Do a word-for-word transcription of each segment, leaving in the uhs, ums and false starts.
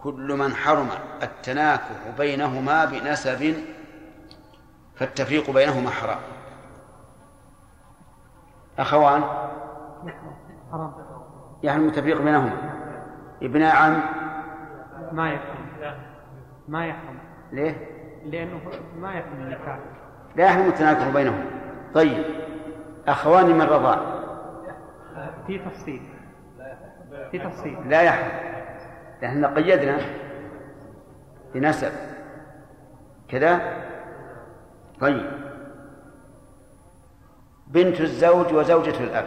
كل من حرم التناكح بينهما بنسب فالتفريق بينهما حرام. أخوان يحرم التفريق بينهما ابن عم ما يحرم ما يحرم ليه؟ لأنه ما يحرم النكاح، لا يحرم التناكح بينهما. طيب أخوان من رضاع في تفصيل في تفصيل لا يحرم، لأننا قيدنا بنسب كذا. طيب بنت الزوج وزوجة الأب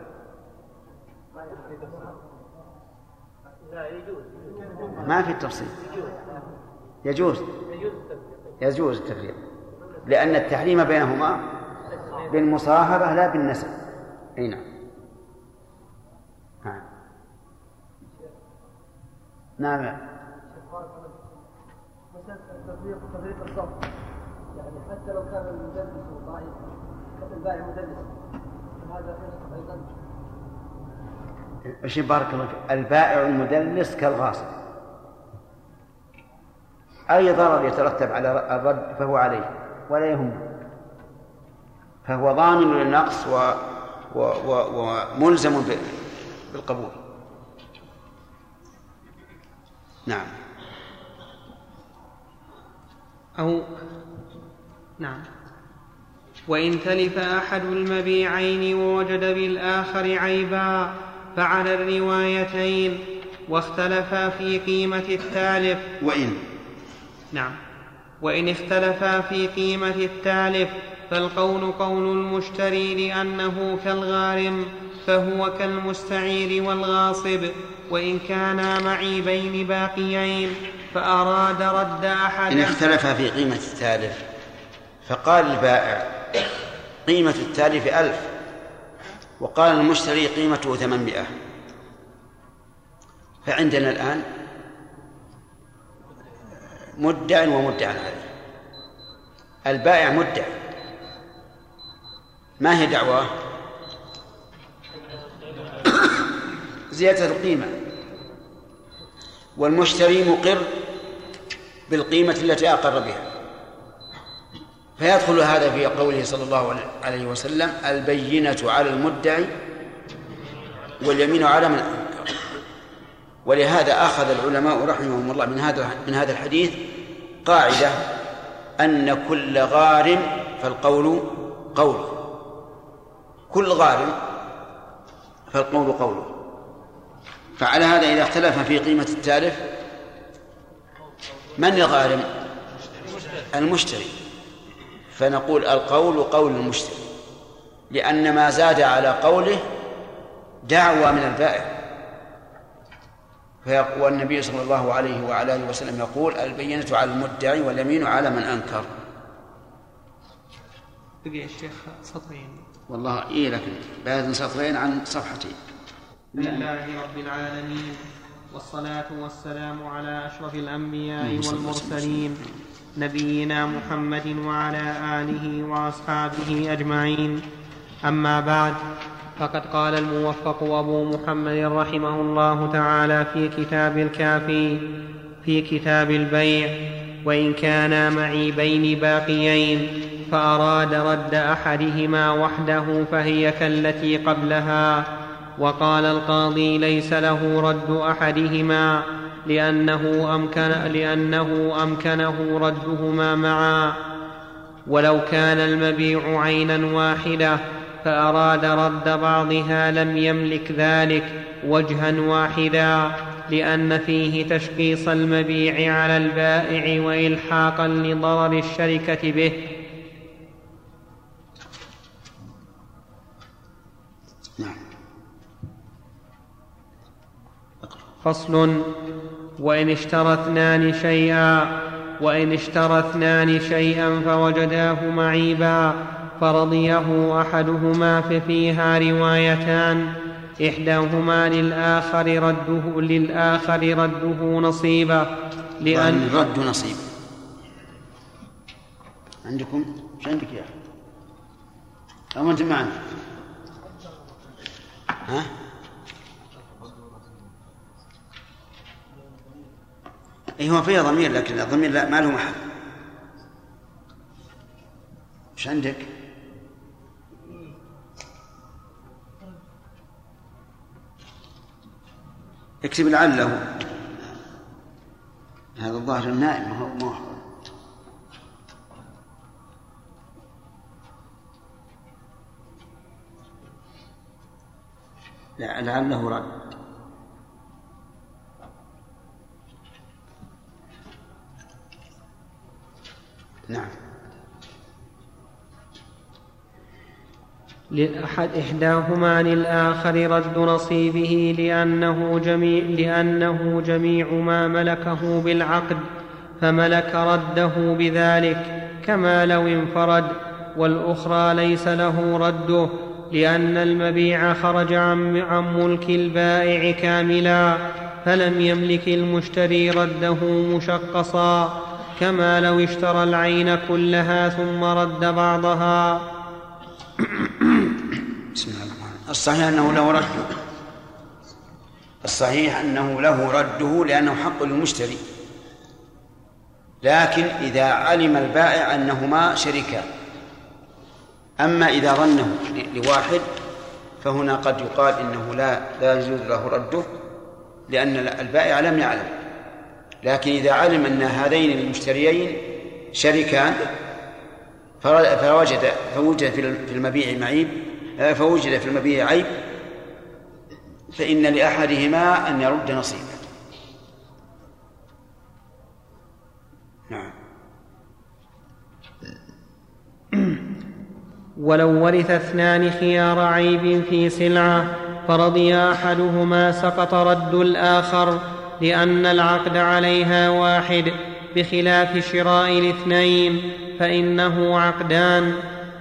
ما في التفصيل، يجوز يجوز التفريق، لأن التحريم بينهما بالمصاهرة لا بالنسب. أي نعم. نعم. مثلا تفريق تفريق الصف، يعني حتى لو كان المدلس ضعيف حتى البائع مدلس هذا يصح أيضا. ايش بارك الله فيك؟ البائع المدلس كالغاصب، أي ضرر يترتب على الرد فهو عليه ولا يهمه، فهو ضامن للنقص و... و... و... وملزم بالقبول. نعم. أو نعم. وإن تلف أحد المبيعين ووجد بالآخر عيبا فعلى الروايتين، واختلفا في قيمة التالف. وإن نعم. وإن اختلفا في قيمة التالف فالقول قول المشتري لأنه كالغارم فهو كالمستعير والغاصب. وإن كانا معيبين باقيين فأراد رد أحد. إن اختلفا في قيمة التالف فقال البائع قيمة التالف ألف وقال المشتري قيمته ثمانمائة، فعندنا الآن مدع ومدع عليه. البائع مدع، ما هي دعواه؟ زيادة القيمة، والمشتري مقر بالقيمة التي أقر بها، فيدخل هذا في قوله صلى الله عليه وسلم البينة على المدعي واليمين على من أنكر. ولهذا أخذ العلماء رحمهم الله من هذا من هذا الحديث قاعدة أن كل غارم فالقول قوله، كل غارم فالقول قوله. فعلى هذا إذا اختلف في قيمة التالف من الغارم؟ المشتري، فنقول القول قول المشتري، لأن ما زاد على قوله دعوى من البائع. والنبي صلى الله عليه وعلى آله وسلم يقول البينة على المدعي واليمين على من أنكر. بقي الشيخ سطرين والله إيه، لكن بعد سطرين عن صفحتين. لله رب العالمين، والصلاة والسلام على أشرف الأنبياء والمرسلين نبينا محمد وعلى آله وأصحابه أجمعين. أما بعد، فقد قال الموفق أبو محمد رحمه الله تعالى في كتاب الكافي في كتاب البيع: وإن كانا معيبين باقيين فأراد رد أحدهما وحده فهي كالتي قبلها. وقال القاضي ليس له رد أحدهما لأنه أمكن لأنه أمكنه ردهما معا. ولو كان المبيع عينا واحدة فأراد رد بعضها لم يملك ذلك وجها واحدا، لأن فيه تشخيص المبيع على البائع وإلحاقا لضرر الشركة به. فصل: وإن اشترى اثنان شيئا وإن اشترى اثنان شيئا فوجداه معيبا فرضيه أحدهما ففيها روايتان: إحداهما للآخر رده للآخر رده نصيبا، لأن رد نصيب عندكم ايش عندك يا أخي؟ أو أنت ما عندك؟ ها؟ إيه هو فيه ضمير لكن الضمير لا ما له محل. إيش عندك؟ اكتب لعله. هذا الظاهر النائم ما هو ما هو لا لعله رد. نعم. لأحد إحداهما عن الآخر رد نصيبه لأنه جميع, لأنه جميع ما ملكه بالعقد، فملك رده بذلك كما لو انفرد، والأخرى ليس له رده لأن المبيع خرج عن, عن ملك البائع كاملا، فلم يملك المشتري رده مشقصا، كما لو اشترى العين كلها ثم رد بعضها. بسم الله الرحمن الرحيم. الصحيح أنه له رده، الصحيح أنه له رده لأنه حق للمشتري، لكن إذا علم البائع أنهما شريكان. أما إذا ظنه لواحد فهنا قد يقال إنه لا لا يجوز له رده لأن البائع لم يعلم. لكن إذا علم أن هذين المشتريين شريكان فوجد فوجد في المبيع معيب فوجد في المبيع عيب فإن لأحدهما أن يرد نصيبه. نعم. ولو ورث اثنان خيار عيب في سلعة فرضي أحدهما سقط رد الآخر لأن العقد عليها واحد، بخلاف شراء الاثنين فإنه عقدان.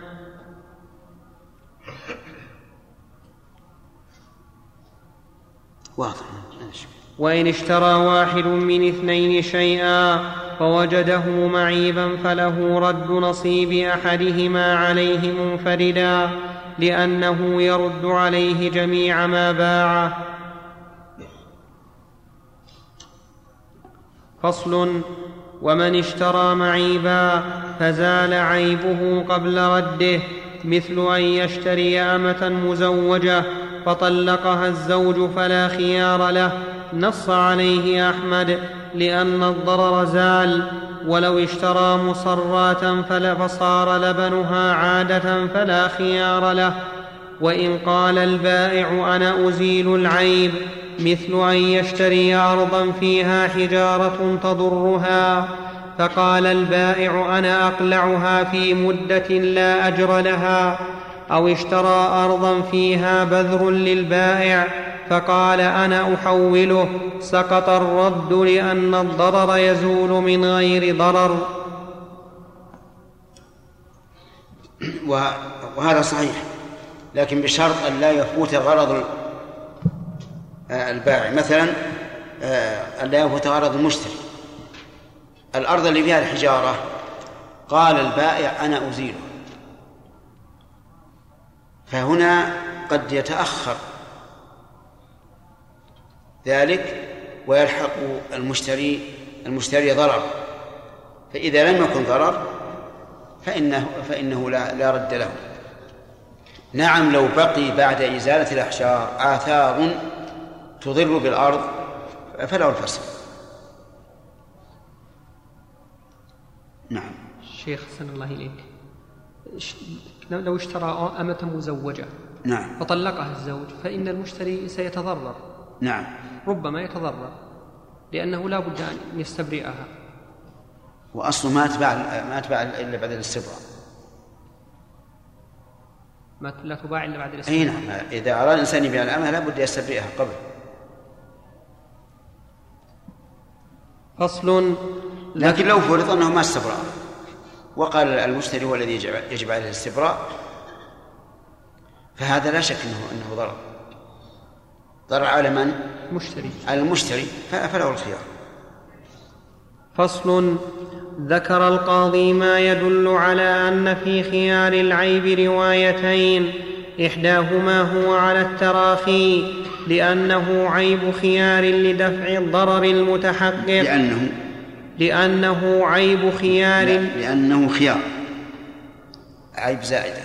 واضح. وإن اشترى واحد من اثنين شيئا فوجده معيبا فله رد نصيب أحدهما عليه منفردا، لأنه يرد عليه جميع ما باعه. فصل. ومن اشترى معيبا فزال عيبه قبل رده، مثل أن يشتري أمة مزوجة فطلقها الزوج فلا خيار له، نص عليه أحمد لأن الضرر زال. ولو اشترى مصرات فصار لبنها عادة فلا خيار له. وإن قال البائع أنا أزيل العيب، مثل أن يشتري أرضا فيها حجارة تضرها فقال البائع أنا أقلعها في مدة لا أجر لها، أو اشترى أرضا فيها بذر للبائع فقال أنا أحوله، سقط الرد لأن الضرر يزول من غير ضرر. وهذا صحيح، لكن بشرط أن لا يفوت غرض البائع، مثلا أن لا يفوت غرض المشتري. الأرض اللي فيها الحجارة قال البائع أنا أزيله، فهنا قد يتأخر ذلك ويلحق المشتري المشتري ضرر، فإذا لم يكن ضرر فإنه, فإنه لا, لا رد له. نعم، لو بقي بعد إزالة الأحجار آثار تضر بالأرض فله الفسخ. نعم. الشيخ حسن الله إليك، لو اشترى أمة مزوجة نعم فطلقها الزوج فإن المشتري سيتضرر. نعم، ربما يتضرر لأنه لا بد أن يستبرئها، وأصله ما تباع ما تباع إلا بعد الاستبراء. ما لا تباع إلا بعد الاستبراء. أي نعم، إذا أراد الإنسان يبيع الأمة لا بد يستبرئها قبل. فصل. لكن لو فرض أنه ما استبرأ وقال المشتري هو الذي يجب عليه الاستبراء فهذا لا شك أنه أنه ضرر ضرر على من؟ المشتري على المشتري فله الخيار. فصل. ذكر القاضي ما يدل على أن في خيار العيب روايتين، إحداهما هو على التراخي لأنه عيب خيار لدفع الضرر المتحقق لأنه لأنه عيب خيار لأنه خيار عيب زائدة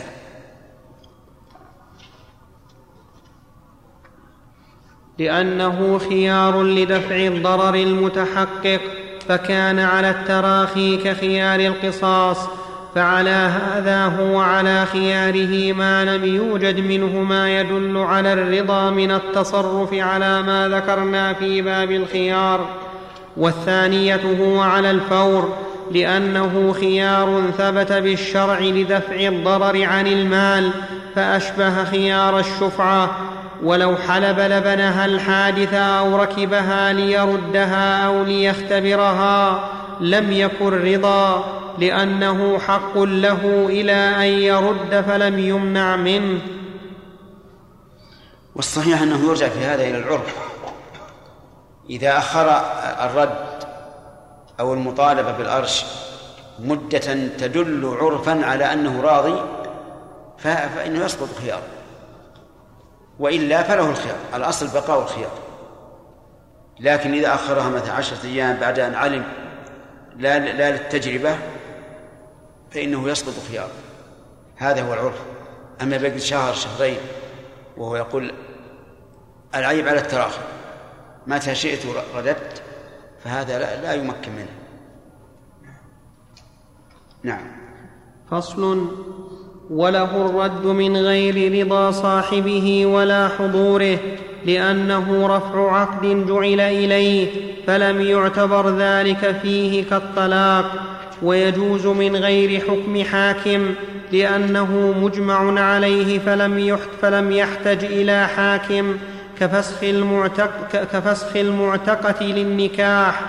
لأنه خيار لدفع الضرر المتحقق، فكان على التراخي كخيار القصاص، فعلى هذا هو على خياره ما لم يوجد منه ما يدل على الرضا من التصرف على ما ذكرنا في باب الخيار. والثانية هو على الفور، لأنه خيار ثبت بالشرع لدفع الضرر عن المال، فأشبه خيار الشفعة. ولو حلب لبنها الحادثة أو ركبها ليردها أو ليختبرها لم يكن رضا، لأنه حق له إلى أن يرد فلم يمنع منه. والصحيح أنه يرجع في هذا إلى العرف، إذا أخر الرد أو المطالبة بالأرش مدة تدل عرفا على أنه راضي فإنه يسقط خيار، وإلا فله الخيار، الأصل بقاء الخيار. لكن إذا أخرها مثلا عشرة أيام بعد أن علم لا, لا للتجربة فإنه يسقط خيار، هذا هو العرف. أما بقي شهر شهرين وهو يقول العيب على التراخي متى شئت رددت، فهذا لا, لا يمكن منه. نعم. فصل: وله الرد من غير رضا صاحبه ولا حضوره، لأنه رفع عقد جعل إليه فلم يعتبر ذلك فيه كالطلاق. ويجوز من غير حكم حاكم، لأنه مجمع عليه فلم فلم يحتج إلى حاكم، كفسخ المعتق كفسخ المعتقة للنكاح.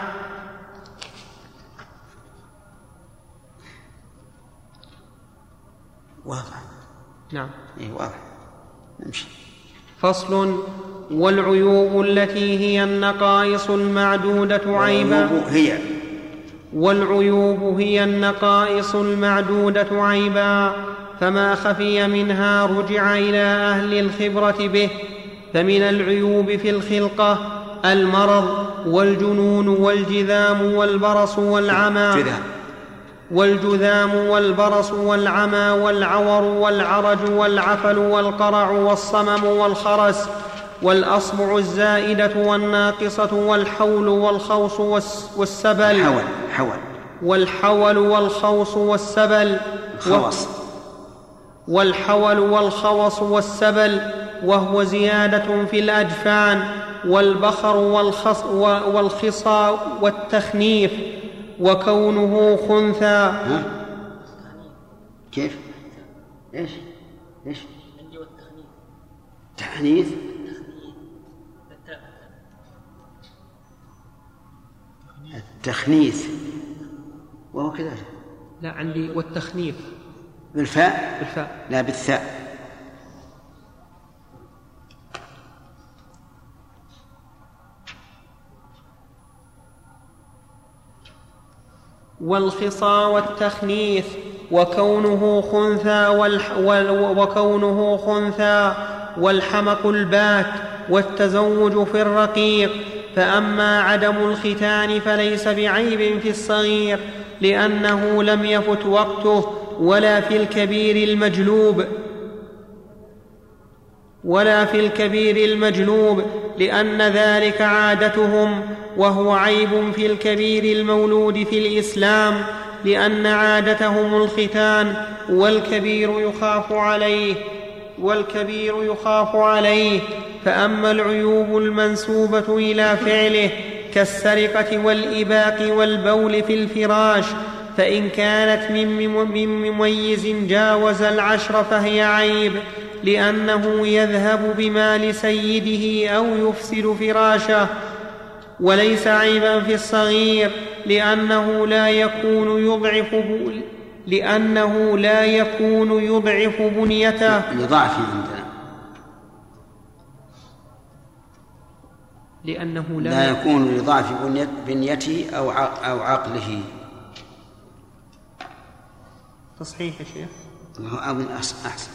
واضح. نعم. إيه واضح. نمشي. فصل: والعيوب التي هي النقائص المعدودة عيبا هي والعيوب هي النقائص المعدودة عيبا، فما خفي منها رجع إلى أهل الخبرة به. فمن العيوب في الخلقة المرض والجنون والجذام والبرص والعمى والجذام والبرص والعمى والعور والعرج والعفل والقرع والصمم والخرس والأصبع الزائدة والناقصة والحول والخوص والسبل حول حول والحول والخوص والسبل خوص والحول والخوص والسبل، وهو زيادة في الأجفان والبخر والخصى والتخنيف، وكونه خنثى. ها؟ كيف؟ ايش؟ ايش؟ تحنيث التخنيث، وهو كذلك. لا عندي والتخنيف بالفاء بالفاء لا بالثاء. والخصى والتخنيث، وكونه خنثى والح وكونه خنثى والحمق البات والتزوج في الرقيق. فأما عدم الختان فليس بعيب في الصغير، لأنه لم يفت وقته، ولا في الكبير المجلوب ولا في الكبير المجلوب لأن ذلك عادتهم، وهو عيب في الكبير المولود في الإسلام، لأن عادتهم الختان، والكبير يخاف عليه والكبير يخاف عليه. فأما العيوب المنسوبة إلى فعله كالسرقة والإباق والبول في الفراش، فإن كانت من مميز جاوز العشر فهي عيب، لأنه يذهب بمال سيده أو يفسد فراشه. وليس عيبا في الصغير، لأنه لا يكون يضعف لأنه لا يكون يضعف بنيته لضعف عندنا لأنه لا, لا يكون لضعف بنيته أو أو عقله. تصحيح يا شيخ. أظن أحسن.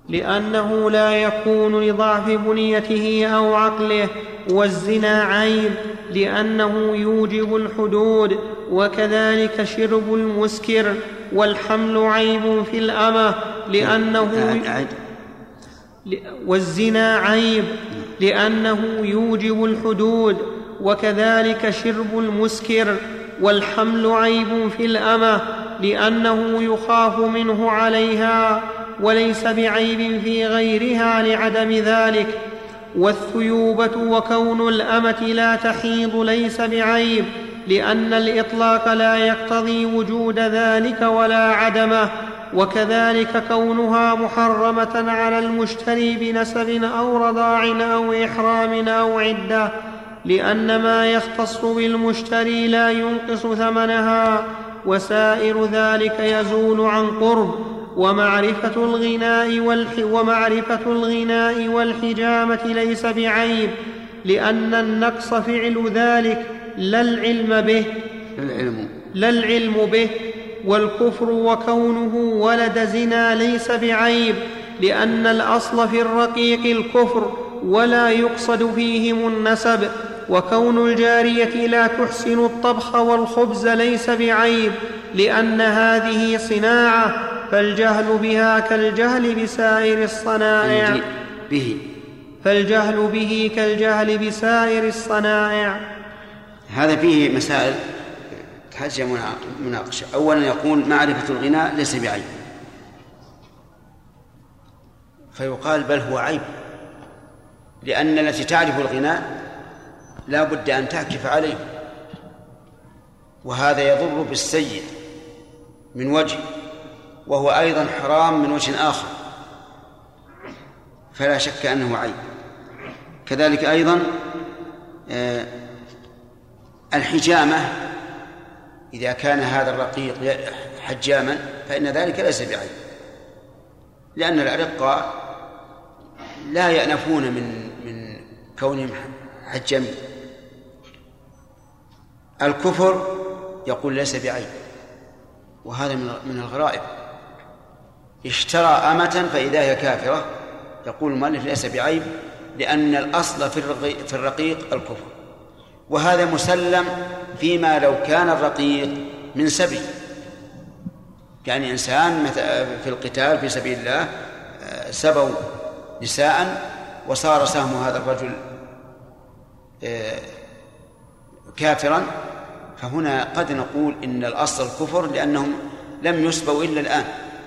لأنه لا يكون لضعف بنيته أو عقله. والزنا عيب لأنه يوجب الحدود، وكذلك شرب المسكر. والحمل عيب في الأمة لأنه والزنا عيب لأنه يوجب الحدود، وكذلك شرب المسكر. والحمل عيب في الأمة لأنه يخاف منه عليها، وليس بعيب في غيرها لعدم ذلك. والثيوبة وكون الأمة لا تحيض ليس بعيب، لأن الإطلاق لا يقتضي وجود ذلك ولا عدمه. وكذلك كونها محرمة على المشتري بنسب أو رضاع أو إحرام أو عدة، لأن ما يختص بالمشتري لا ينقص ثمنها، وسائر ذلك يزول عن قرب. ومعرفة الغناء, والح ومعرفة الغناء والحجامة ليس بعيب، لأن النقص فعل ذلك لا العلم به لا العلم به. والكفر وكونه ولد زنا ليس بعيب، لأن الأصل في الرقيق الكفر ولا يقصد فيهم النسب. وكون الجارية لا تحسن الطبخ والخبز ليس بعيب، لأن هذه صناعة، فالجهل بها كالجهل بسائر الصنائع به فالجهل به كالجهل بسائر الصنائع. هذا فيه مسائل تحتاج مناقشة. أولا يقول معرفة الغناء ليس بعيب، فيقال بل هو عيب، لأن التي تعرف الغناء لا بد أن تعكف عليه، وهذا يضر بالسيد من وجه، وهو أيضا حرام من وجه آخر، فلا شك أنه عيب. كذلك أيضا الحجامة، إذا كان هذا الرقيق حجاما فإن ذلك ليس بعيب، لأن الأرقاء لا يأنفون من من كونهم حجامين. الكفر يقول ليس بعيب، وهذا من الغرائب. اشترى أمة فإذا هي كافرة، يقول المؤلف ليس بعيب، لأن الأصل في الرقيق الكفر. وهذا مسلم فيما لو كان الرقيق من سبي، يعني إنسان في القتال في سبيل الله سبوا نساء وصار سهم هذا الرجل كافرا، فهنا قد نقول إن الأصل الكفر لأنهم لم يسبوا إلا الآن.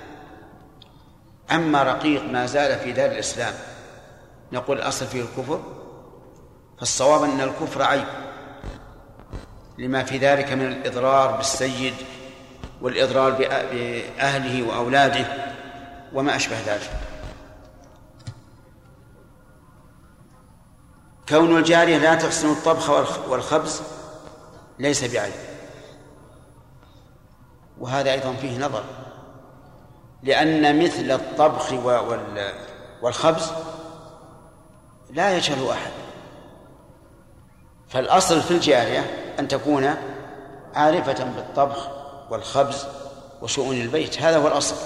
أما رقيق ما زال في دار الإسلام نقول الأصل فيه الكفر، فالصواب أن الكفر عيب لما في ذلك من الإضرار بالسيد والإضرار بأهله وأولاده وما أشبه ذلك. كون الجارية لا تحسن الطبخ والخبز ليس بعيب، وهذا أيضا فيه نظر، لأن مثل الطبخ والخبز لا يجهل أحد، فالأصل في الجارية أن تكون عارفة بالطبخ والخبز وشؤون البيت، هذا هو الأصل.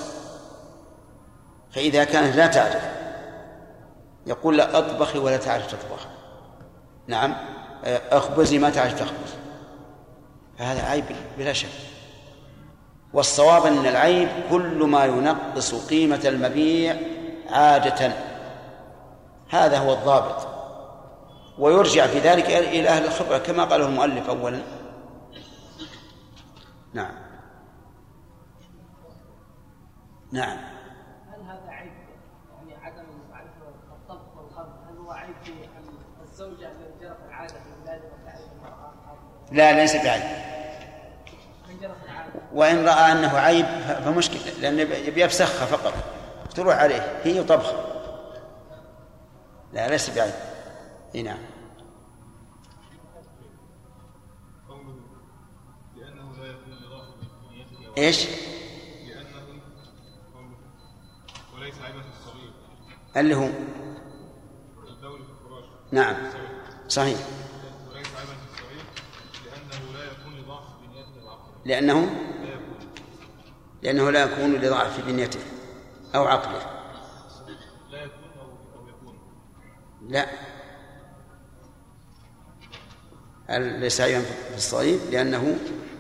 فإذا كانت لا تعرف يقول لا أطبخي ولا تعرف تطبخ، نعم أخبزي ما تعرف تخبز، فهذا عيب بلا شك. والصواب أن العيب كل ما ينقص قيمة المبيع عادة، هذا هو الضابط، ويرجع في ذلك إلى أهل الخبرة كما قاله المؤلف أولا. نعم نعم هل هذا عيب يعني عدم معرفة الطبخ والخبز؟ هل هو عيب في الزوجة التي جرت العادة في البلاد وتعرف المرأة؟ لا ليس بعيب، وإن رأى أنه عيب فمشكلة، لأنه بيفسخها فقط تروح عليه هي طبخ، لا ليس بعيب. إيه نعم. إيش؟ لأنه وليس عيبا في الصغير اللي هو الدول في الفراش. نعم صحيح. وليس عيبا في الصغير لأنه لا يكون لضعف بنيته وعقله. لأنه لا يكون لأنه لا يكون لضعف بنيته أو عقله. لا، ليس عيبا في الصغير لأنه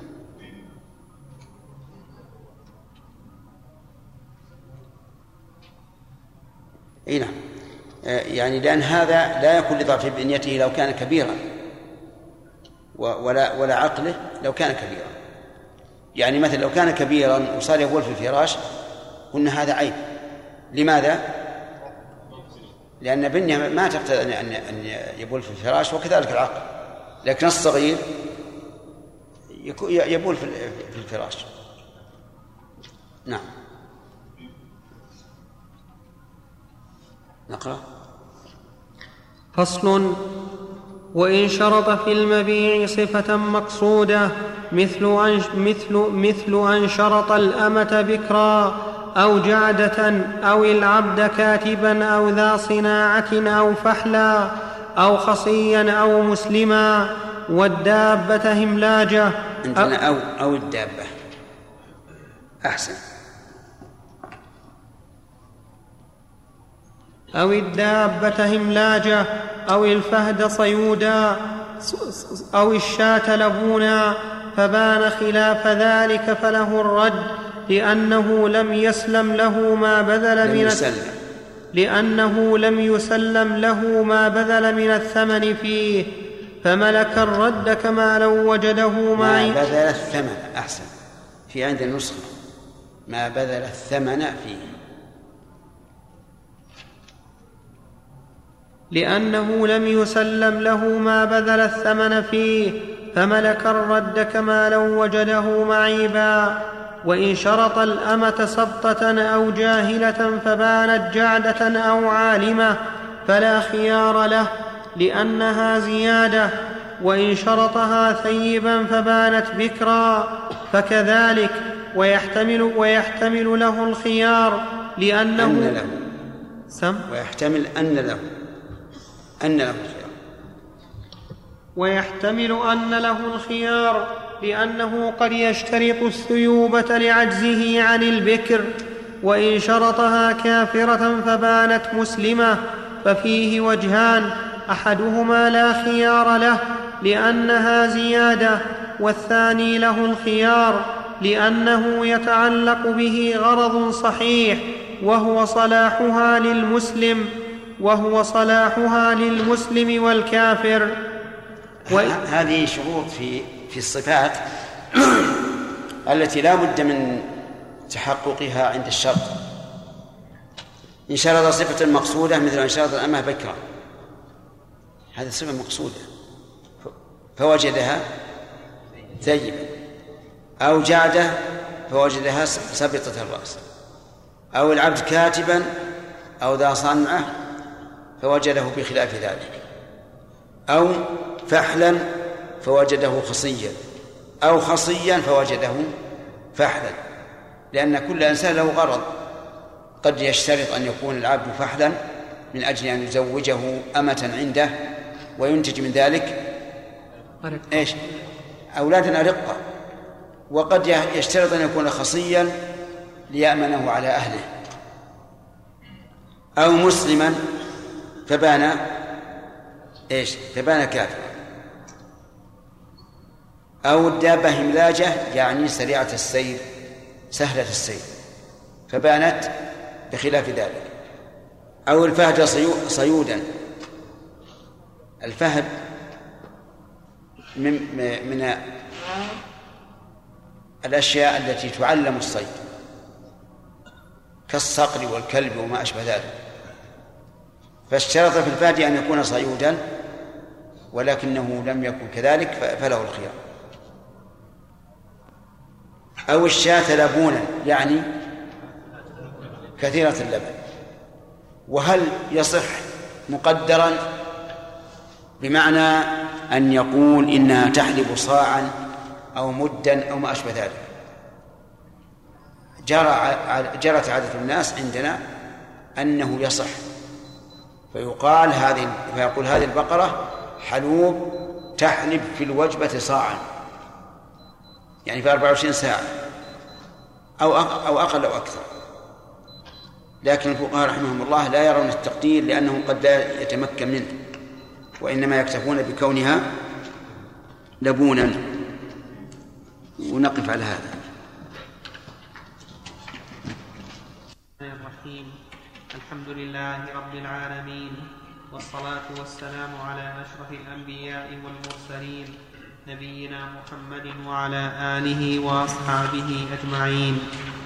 اي نعم، يعني لأن هذا لا يكون لضعف بنيته لو كان كبيرا، ولا ولا عقله لو كان كبيرا. يعني مثلا لو كان كبيرا وصار يبول في الفراش قلنا هذا عيب. لماذا؟ لأن بنيه ما تقتضي أن يبول في الفراش، وكذلك العقل. لكن الصغير يبول في الفراش. نعم. نقرأ. فصل. وإن شرط في المبيع صفة مقصودة مثل أن, مثل, مثل أن شرط الأمة بكرا أو جعدة أو العبد كاتبا أو ذا صناعة أو فحلا أو خصيا أو مسلما والدابة هملاجة. عندنا أو, أو الدابة أحسن. أو الدابة هملاجة أو الفهد صيودا أو الشاة لبونا فبان خلاف ذلك فله الرد لأنه لم يسلم له ما بذل من يسلم. لأنه لم يسلم له ما بذل من الثمن فيه فملك الرد كما لو وجده ما, ما بذل الثمن. أحسن. في عند النسخة ما بذل الثمن فيه، لأنه لم يسلم له ما بذل الثمن فيه فملك الرد كما لو وجده معيبا. وإن شرط الأمة سبطة أو جاهلة فبانت جعدة أو عالمة فلا خيار له لأنها زيادة. وإن شرطها ثيبا فبانت بكرا فكذلك. ويحتمل, ويحتمل له الخيار لأنه أن له. سم ويحتمل أن له أن له الخيار. ويحتمل أن له الخيار لأنه قد يشترط الثيوبة لعجزه عن البكر. وإن شرطها كافرة فبانت مسلمة ففيه وجهان، أحدهما لا خيار له لأنها زيادة، والثاني له الخيار لأنه يتعلق به غرض صحيح وهو صلاحها للمسلم وهو صلاحها للمسلم والكافر. و... هذه شروط في في الصفات التي لا بد من تحققها عند الشرط. إن شرط صفة مقصودة مثل أن شرط الأمة بكرا، هذه صفة مقصودة فوجدها ثيبا، أو جعدة فوجدها سبطة الرأس، أو العبد كاتبا أو ذا صنعة فوجده بخلاف ذلك، أو فحلا فوجده خصيا، أو خصيا فوجده فحلا، لأن كل إنسان له غرض. قد يشترط أن يكون العبد فحلا من أجل أن يزوجه أمة عنده وينتج من ذلك إيش؟ أولادا أرقة. وقد يشترط أن يكون خصيا ليأمنه على أهله، أو مسلما فبان إيش؟ فبان كافرا، أو الدابة هملاجة يعني سريعة السير سهلة السير فبانت بخلاف ذلك، أو الفهد صيودا. الفهد من, من الأشياء التي تعلم الصيد كالصقر والكلب وما أشبه ذلك، فاشترط في الفهد أن يكون صيودا ولكنه لم يكن كذلك فله الخيار. أو الشاة لبونا يعني كثيرة اللبن. وهل يصح مقدرا بمعنى أن يقول إنها تحلب صاعا أو مدا أو ما أشبه ذلك؟ جرى جرت عادة الناس عندنا أنه يصح، فيقال هذه فيقول هذه البقرة حلوب تحلب في الوجبة صاعا، يعني في أربع وعشرين ساعة أو أو أقل أو أكثر. لكن الفقهاء رحمهم الله لا يرون التقدير لأنه قد لا يتمكن منه، وإنما يكتفون بكونها لبونا. ونقف على هذا. الرحيم. الحمد لله رب العالمين، والصلاة والسلام على أشرف الأنبياء والمرسلين نبينا محمد وعلى آله وأصحابه أجمعين.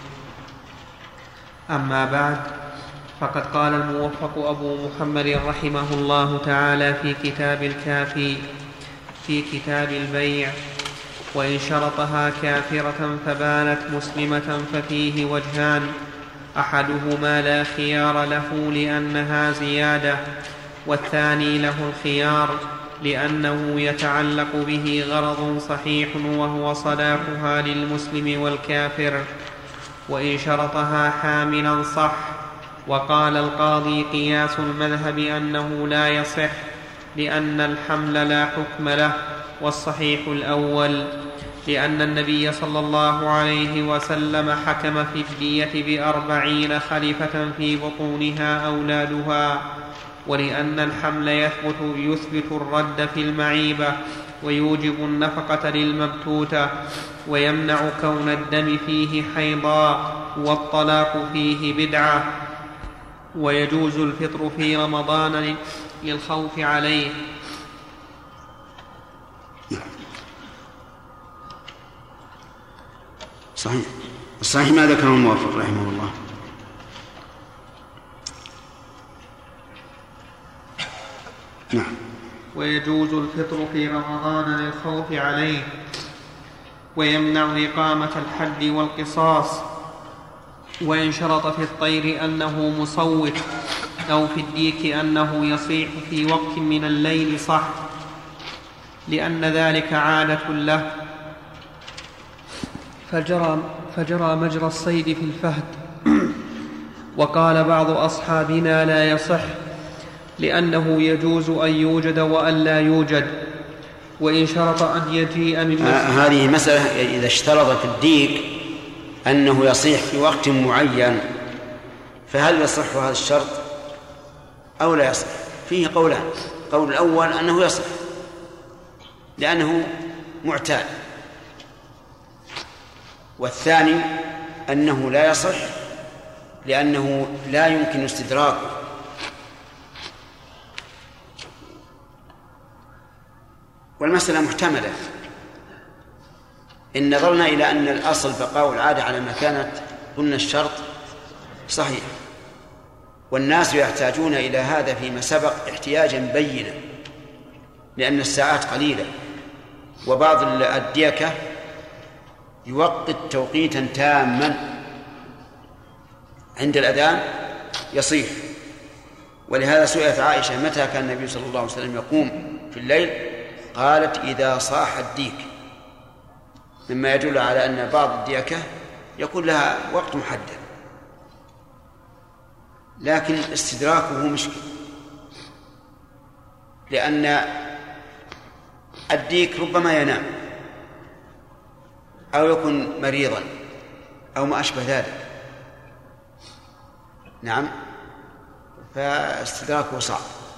أما بعد، فقد قال الموفق أبو محمد رحمه الله تعالى في كتاب الكافي في كتاب البيع: وإن شرطها كافرة فبانت مسلمة ففيه وجهان: أحدهما لا خيار له لأنها زيادة، والثاني له الخيار لأنه يتعلق به غرض صحيح وهو صلاحها للمسلم والكافر. وإن شرطها حاملا صح. وقال القاضي: قياس المذهب أنه لا يصح لأن الحمل لا حكم له، والصحيح الأول، لأن النبي صلى الله عليه وسلم حكم في الدية بأربعين خليفة في بطونها أولادها، ولأن الحمل يثبت, يثبت الرد في المعيبة ويوجب النفقة للمبتوتة، ويمنع كون الدم فيه حيضا، والطلاق فيه بدعة، ويجوز الفطر في رمضان للخوف عليه. صحيح. الصحيح ما ذكره الموفق رحمه الله. نعم. ويجوز الفطر في رمضان للخوف عليه، ويمنع إقامة الحد والقصاص. وإن شرط في الطير أنه مصوت، أو في الديك أنه يصيح في وقت من الليل صح، لأن ذلك عادة له، فجرى, فجرى مجرى الصيد في الفهد. وقال بعض أصحابنا لا يصح لأنه يجوز أن يوجد وأن لا يوجد. وإن شرط أن يجيء من آه هذه مسألة. إذا اشترط في الديك أنه يصيح في وقت معين، فهل يصح هذا الشرط أو لا يصح؟ فيه قولان. قول الأول أنه يصح لأنه معتاد، والثاني أنه لا يصح لأنه لا يمكن استدراكه. والمسألة محتملة إن نظرنا إلى أن الأصل بقاء العادة على ما كانت، قلنا الشرط صحيح، والناس يحتاجون إلى هذا فيما سبق احتياجا بينا، لأن الساعات قليلة، وبعض الديكة يوقت توقيتا تاما عند الأذان يصيح. ولهذا سئلت عائشة متى كان النبي صلى الله عليه وسلم يقوم في الليل؟ قالت: إذا صاح الديك، مما يدل على أن بعض الديكة يكون لها وقت محدد، لكن استدراكه مشكل، لأن الديك ربما ينام أو يكون مريضا أو ما أشبه ذلك. نعم، فاستدراكه صعب.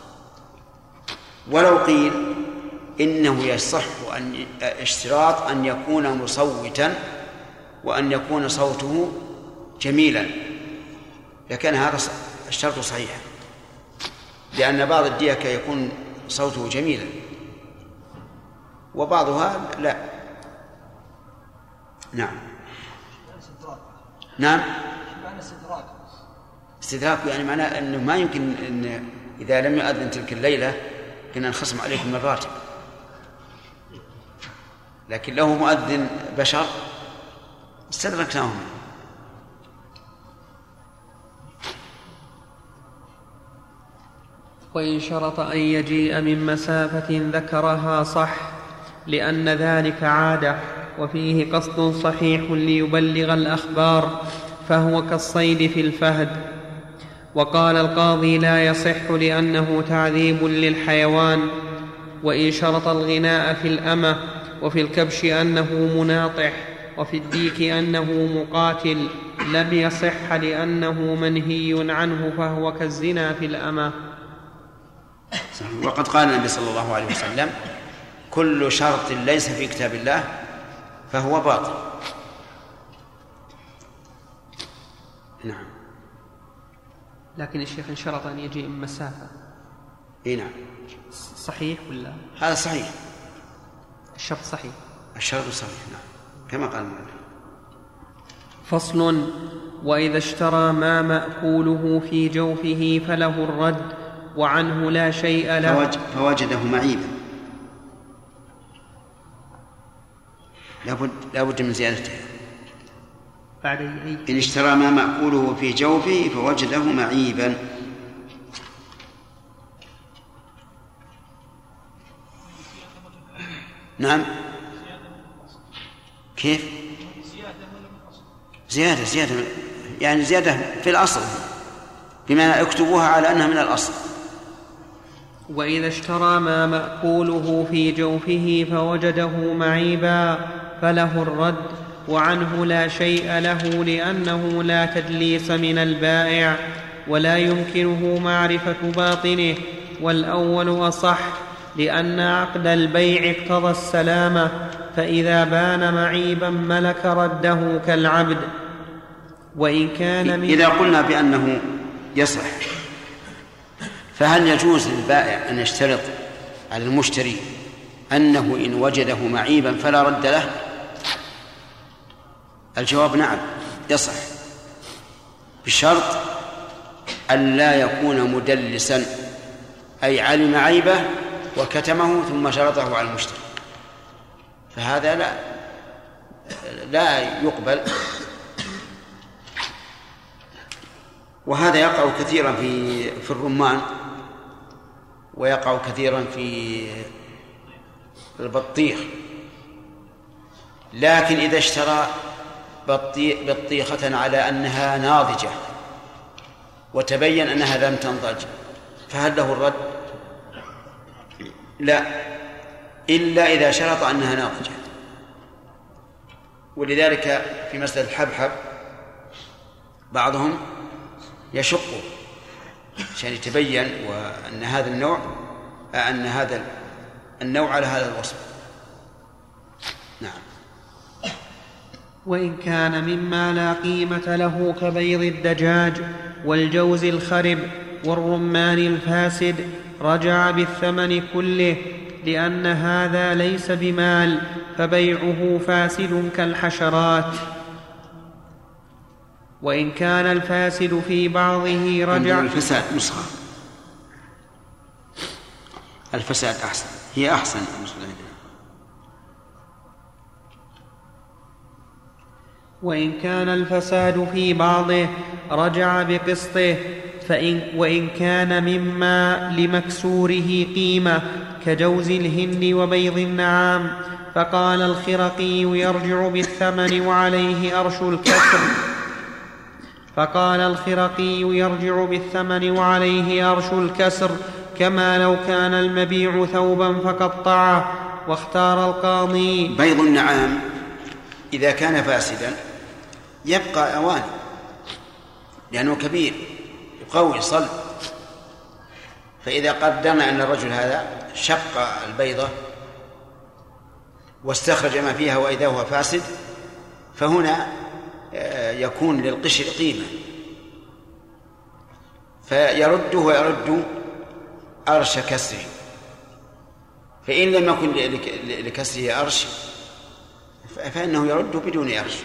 ولو قيل إنه يصح أن اشتراط أن يكون مصوتا وأن يكون صوته جميلا، لكان هذا الشرط صحيح، لأن بعض الديكة يكون صوته جميلا وبعضها لا. نعم. نعم. استدراك يعني معناه أنه ما يمكن أن إذا لم يؤذن تلك الليلة كنا نخصم عليكم الراتب، لكن له مؤذن بشر استدركناهم. وإن شرط أن يجيء من مسافة ذكرها صح، لأن ذلك عادة، وفيه قصد صحيح ليبلغ الأخبار، فهو كالصيد في الفهد. وقال القاضي: لا يصح لأنه تعذيب للحيوان. وإن شرط الغناء في الأمة، وفي الكبش أنه مناطح، وفي الديك أنه مقاتل، لم يصح لأنه منهي عنه فهو كالزنا في الأمة. وقد قال النبي صلى الله عليه وسلم كل شرط ليس في كتاب الله فهو باطل. نعم. لكن الشيخ انشرط أن يجيء من مسافة. إيه نعم. صحيح ولا؟ هذا صحيح. الشرط صحيح. الشرط صحيح نعم كما قال المؤلف. فصل: وإذا اشترى ما مأكوله في جوفه فله الرد وعنه لا شيء له فوجده معيبا، لابد, لابد من زيادتها. بعد إن اشترى ما مأكوله في جوفه فوجده معيبا. نعم. كيف؟ زيادة زيادة يعني زيادة في الأصل بما يكتبوها على أنها من الأصل. وإذا اشترى ما مأكوله في جوفه فوجده معيبا فله الرد وعنه لا شيء له، لأنه لا تدليس من البائع ولا يمكنه معرفة باطنه، والأول أصح لأن عقد البيع اقتضى السلامة، فإذا بان معيبا ملك رده كالعبد. وإن كان من إذا قلنا بأنه يصح فهل يجوز للبائع أن يشترط على المشتري أنه إن وجده معيبا فلا رد له؟ الجواب نعم يصح، بشرط أن لا يكون مدلسا، أي علم عيبه وكتمه ثم شرطه على المشتري، فهذا لا لا يقبل. وهذا يقع كثيرا في في الرمان، ويقع كثيرا في البطيخ. لكن إذا اشترى بطيخة على أنها ناضجة وتبين أنها لم تنضج فهل له الرد؟ لا، إلا إذا شرط أنها ناضجة. ولذلك في مسألة الحبحب بعضهم يشقه عشان يتبين وأن هذا النوع أن هذا النوع على هذا الوصف. نعم. وإن كان مما لا قيمة له كبيض الدجاج والجوز الخرب والرمان الفاسد رجع بالثمن كله، لأن هذا ليس بمال فبيعه فاسد كالحشرات. وإن كان الفاسد في بعضه رجع. الفساد نسخة الفساد أحسن، هي أحسن. وإن كان الفساد في بعضه رجع بقسطه، فإن وإن كان مما لمكسوره قيمة كجوز الهند وبيض النعام، فقال الخرقي يرجع بالثمن وعليه أرش الكسر فقال الخرقي يرجع بالثمن وعليه أرش الكسر كما لو كان المبيع ثوبا فقطعه. واختار القاضي بيض النعام إذا كان فاسدا يبقى أوان لأنه كبير قوي صلب، فإذا قدرنا أن الرجل هذا شق البيضة واستخرج ما فيها وإذا هو فاسد فهنا يكون للقشر قيمة فيرده ويرد أرش كسره، فإن لم يكن لكسره أرش فإنه يرد بدون أرش.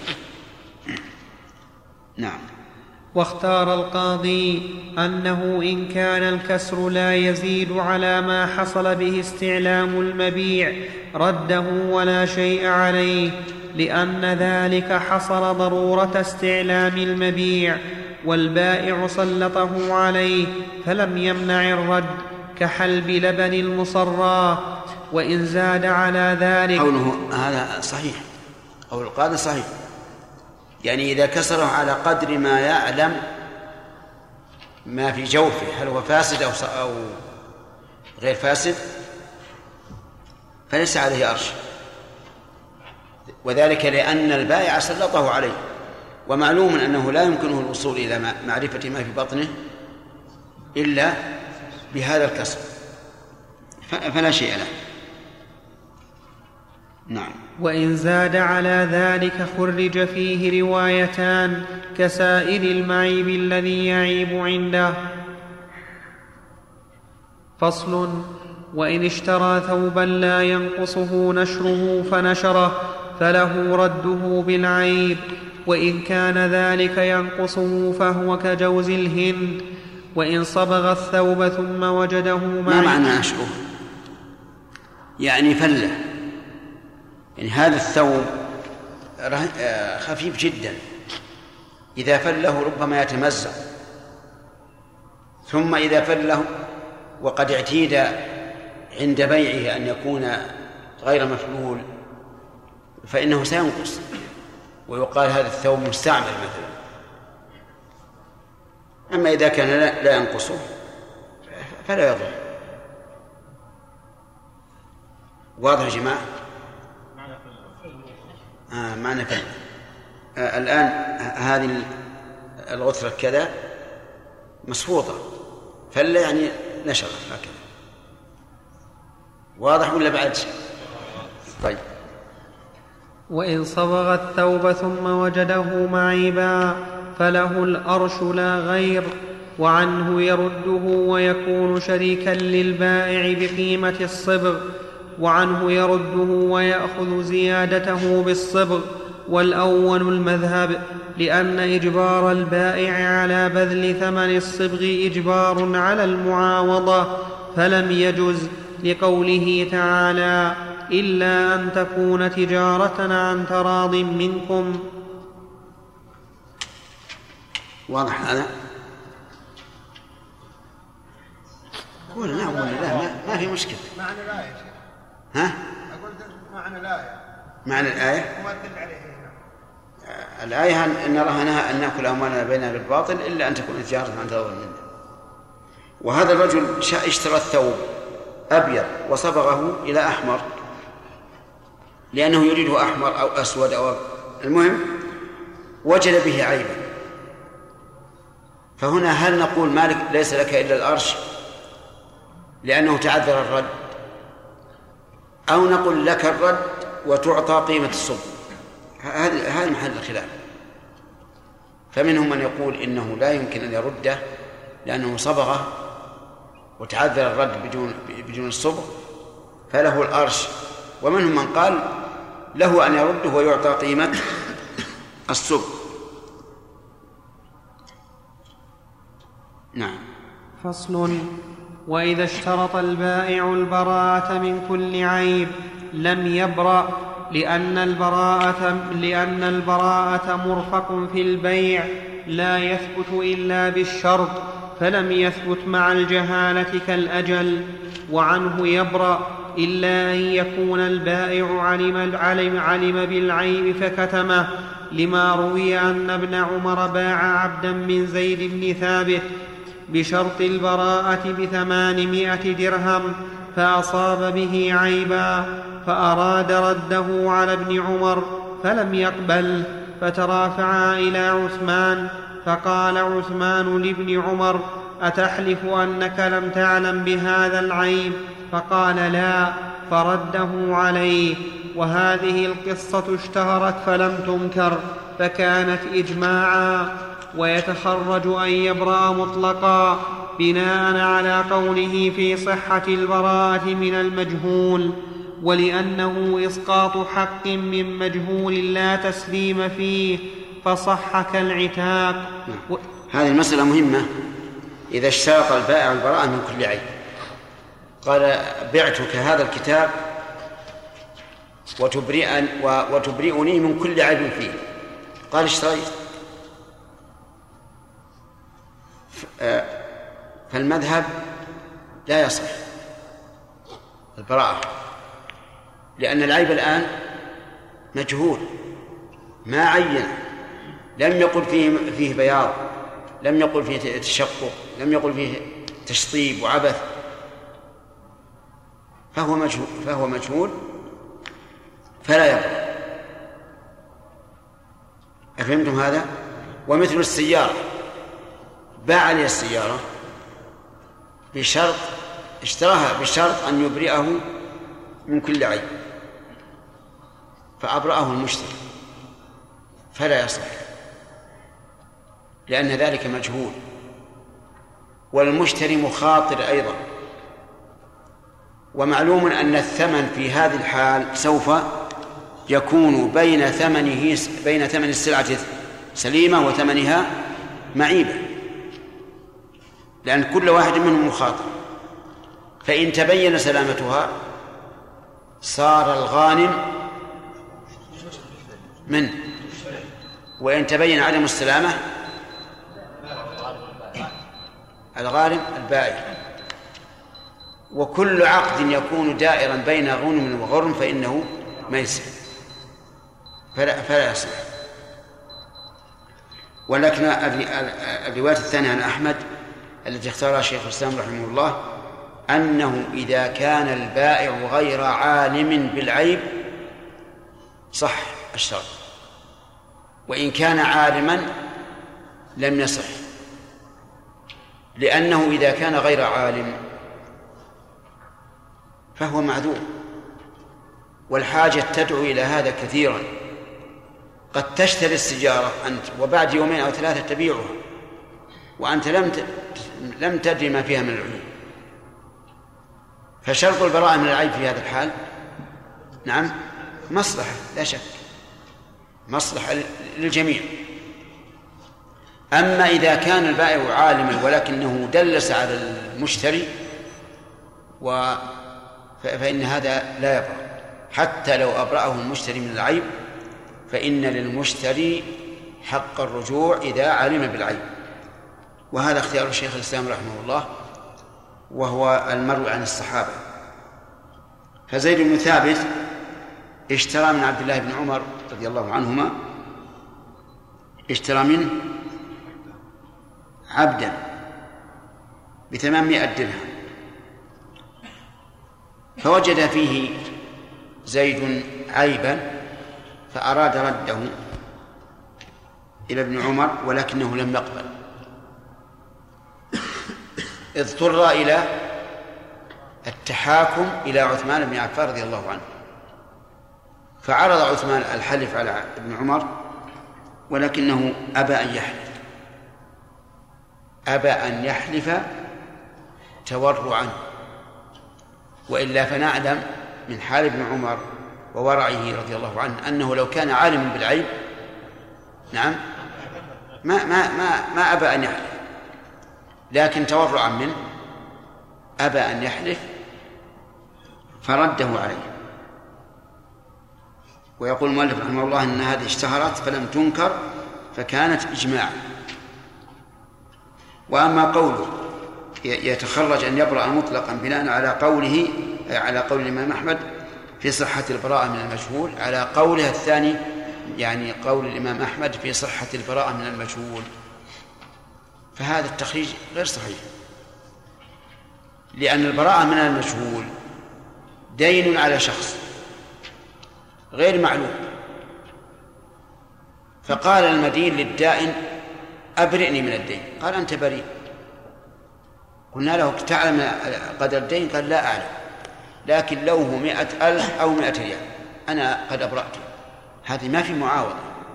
نعم. واختار القاضي أنه إن كان الكسر لا يزيد على ما حصل به استعلام المبيع رده ولا شيء عليه، لأن ذلك حصل ضرورة استعلام المبيع والبائع سلطه عليه فلم يمنع الرد كحلب لبن المصرى. وإن زاد على ذلك قوله هذا صحيح، قول القاضي صحيح، يعني إذا كسره على قدر ما يعلم ما في جوفه هل هو فاسد أو غير فاسد فليس عليه أرش، وذلك لأن البائع سلطه عليه ومعلوم أنه لا يمكنه الوصول إلى معرفة ما في بطنه إلا بهذا الكسر، فلا شيء له. نعم. وإن زاد على ذلك خرج فيه روايتان كسائر المعيب الذي يعيب عنده. فصل: وإن اشترى ثوبا لا ينقصه نشره فنشره فله رده بالعيب، وإن كان ذلك ينقصه فهو كجوز الهند. وإن صبغ الثوب ثم وجده ما معنى نشره؟ يعني فله، يعني هذا الثوب خفيف جدا، إذا فله ربما يتمزق، ثم إذا فله وقد اعتيد عند بيعه أن يكون غير مفلول فإنه سينقص، ويقال هذا الثوب مستعمل مثلا. أما إذا كان لا ينقصه فلا يضر. واضح يا جماعة؟ آه معنى فعلا. آه الآن هذه الغثرة كذا مصفوطة، فلا يعني نشرت هكذا. واضح ولا بعد؟ طيب. وإن صبغ الثوب ثم وجده معيبا فله الأرش لا غير، وعنه يرده ويكون شريكا للبائع بقيمة الصبغ، وعنه يرده ويأخذ زيادته بالصبغ. والأول المذهب، لأن إجبار البائع على بذل ثمن الصبغ إجبار على المعاوضة فلم يجز، لقوله تعالى: إلا أن تكون تجارة عن تراض منكم. واضح هذا؟ قول نعم ولا لا، ما, ما في مشكلة. معنى الآية يا شيخ. ها؟ أقول معنى الآية. معنى الآية؟ وما تدل عليه هنا. الآية أن الله نهى أن نأكل أموالنا بيننا بالباطل إلا أن تكون تجارة عن تراض منا. وهذا الرجل اشترى الثوب أبيض وصبغه إلى أحمر لأنه يريده أحمر أو أسود أو المهم وجد به عيبا، فهنا هل نقول مالك ليس لك إلا الأرش لأنه تعذر الرد، أو نقول لك الرد وتعطى قيمة الصبغ؟ هذا محل الخلاف. فمنهم من يقول إنه لا يمكن أن يرده لأنه صبغه وتعذر الرد بدون بدون الصبغ فله الأرش، ومنهم من قال له أن يرده ويعطى قيمة الصبغ. نعم. فصل: وإذا اشترط البائع البراءة من كل عيب لم يبرأ، لأن البراءة, لأن البراءة مرفق في البيع لا يثبت إلا بالشرط، فلم يثبت مع الجهالة كالأجل. وعنه يبرأ إلا أن يكون البائع علم, علم, علم بالعيب فكتمه، لما روي أن ابن عمر باع عبدا من زيد بن ثابت بشرط البراءة بثمانمائة درهم فأصاب به عيبا، فأراد رده على ابن عمر فلم يقبل، فترافعا إلى عثمان، فقال عثمان لابن عمر: أتحلف أنك لم تعلم بهذا العيب؟ فقال: لا، فرده عليه. وهذه القصة اشتهرت فلم تنكر فكانت إجماعا. ويتخرج أن يبرأ مطلقا بناء على قوله في صحة البراءة من المجهول، ولأنه إسقاط حق من مجهول لا تسليم فيه فصح كالعتاق. و... هذه المسألة مهمة. إذا اشترط البائع البراءة من كل عيب، قال: بعتك هذا الكتاب وتبرئن وتبرئني من كل عيب فيه، قال: اشتريت. فالمذهب لا يصح البراءة، لأن العيب الآن مجهول ما عين، لم يقل فيه فيه بياض، لم يقل فيه تشقق، لم يقل فيه تشطيب وعبث، فهو مجهول فهو مجهول فلا يبرأ. أفهمتم هذا؟ ومثل السيارة، باع لي السيارة بشرط اشتراها بشرط أن يبرئه من كل عيب، فأبرأه المشتري فلا يصح، لأن ذلك مجهول، والمشتري مخاطر أيضا. ومعلوم أن الثمن في هذه الحال سوف يكون بين ثمنه بين ثمن السلعة سليمة وثمنها معيبة، لأن كل واحد منهم مخاطر. فإن تبين سلامتها صار الغانم من، وإن تبين عدم السلامة الغارم البائع. وكل عقد يكون دائرا بين غنم وغرم فإنه ميسر فلا, فلا يصح. ولكن الرواية الثانية عن أحمد التي اختارها شيخ الإسلام رحمه الله أنه إذا كان البائع غير عالم بالعيب صح الشرط، وإن كان عالما لم يصح، لأنه إذا كان غير عالم فهو معذور، والحاجة تدعو إلى هذا كثيرا. قد تشتري السيارة أنت وبعد يومين أو ثلاثة تبيعها وأنت لم لم تدري ما فيها من العيوب، فشرط البراءة من العيب في هذا الحال نعم مصلحة لا شك، مصلحة للجميع. أما إذا كان البائع عالما ولكنه دلس على المشتري و فإن هذا لا يبرأ، حتى لو أبرأه المشتري من العيب فإن للمشتري حق الرجوع إذا علم بالعيب. وهذا اختيار الشيخ الإسلام رحمه الله، وهو المروي عن الصحابة. فزيد بن ثابت اشترى من عبد الله بن عمر رضي الله عنهما، اشترى منه عبدا بثمانمائة درهم، فوجد فيه زيد عيبا فأراد رده إلى ابن عمر ولكنه لم يقبل، اضطر إلى التحاكم إلى عثمان بن عفان رضي الله عنه، فعرض عثمان الحلف على ابن عمر ولكنه أبى أن يحلف، أبى أن يحلف تورعا، وإلا فنعلم من حال ابن عمر وورعه رضي الله عنه أنه لو كان عالما بالعيب نعم ما ما ما ما أبى أن يحلف، لكن تورعا منه أبى أن يحلف فرده عليه. ويقول المؤلف رحمه الله أن هذه اشتهرت فلم تنكر فكانت إجماعا. وأما قوله يتخرج أن يبرأ مطلقا بناء على قوله على قول الإمام أحمد في صحة البراءة من المجهول، على قوله الثاني يعني قول الإمام أحمد في صحة البراءة من المجهول، فهذا التخريج غير صحيح، لأن البراءة من المجهول دين على شخص غير معلوم، فقال المدين للدائن أبرئني من الدين، قال أنت بريء. قلنا له تعلم قدر الدين؟ قال لا أعلم، لكن لو هو مئة ألف أو مئة ريال أنا قد أبرأته. هذه ما في معاوضة،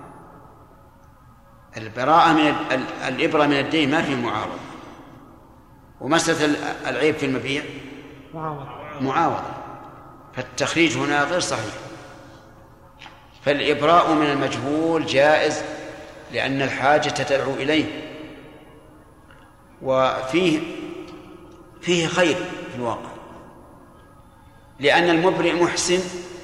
البراءة من الإبرة من الدين ما في معاوضة. ومسألة العيب في المبيع معاوضة، فالتخريج هنا غير صحيح. فالإبراء من المجهول جائز لأن الحاجة تدعو إليه، وفيه فيه خير في الواقع، لأن المبرئ محسن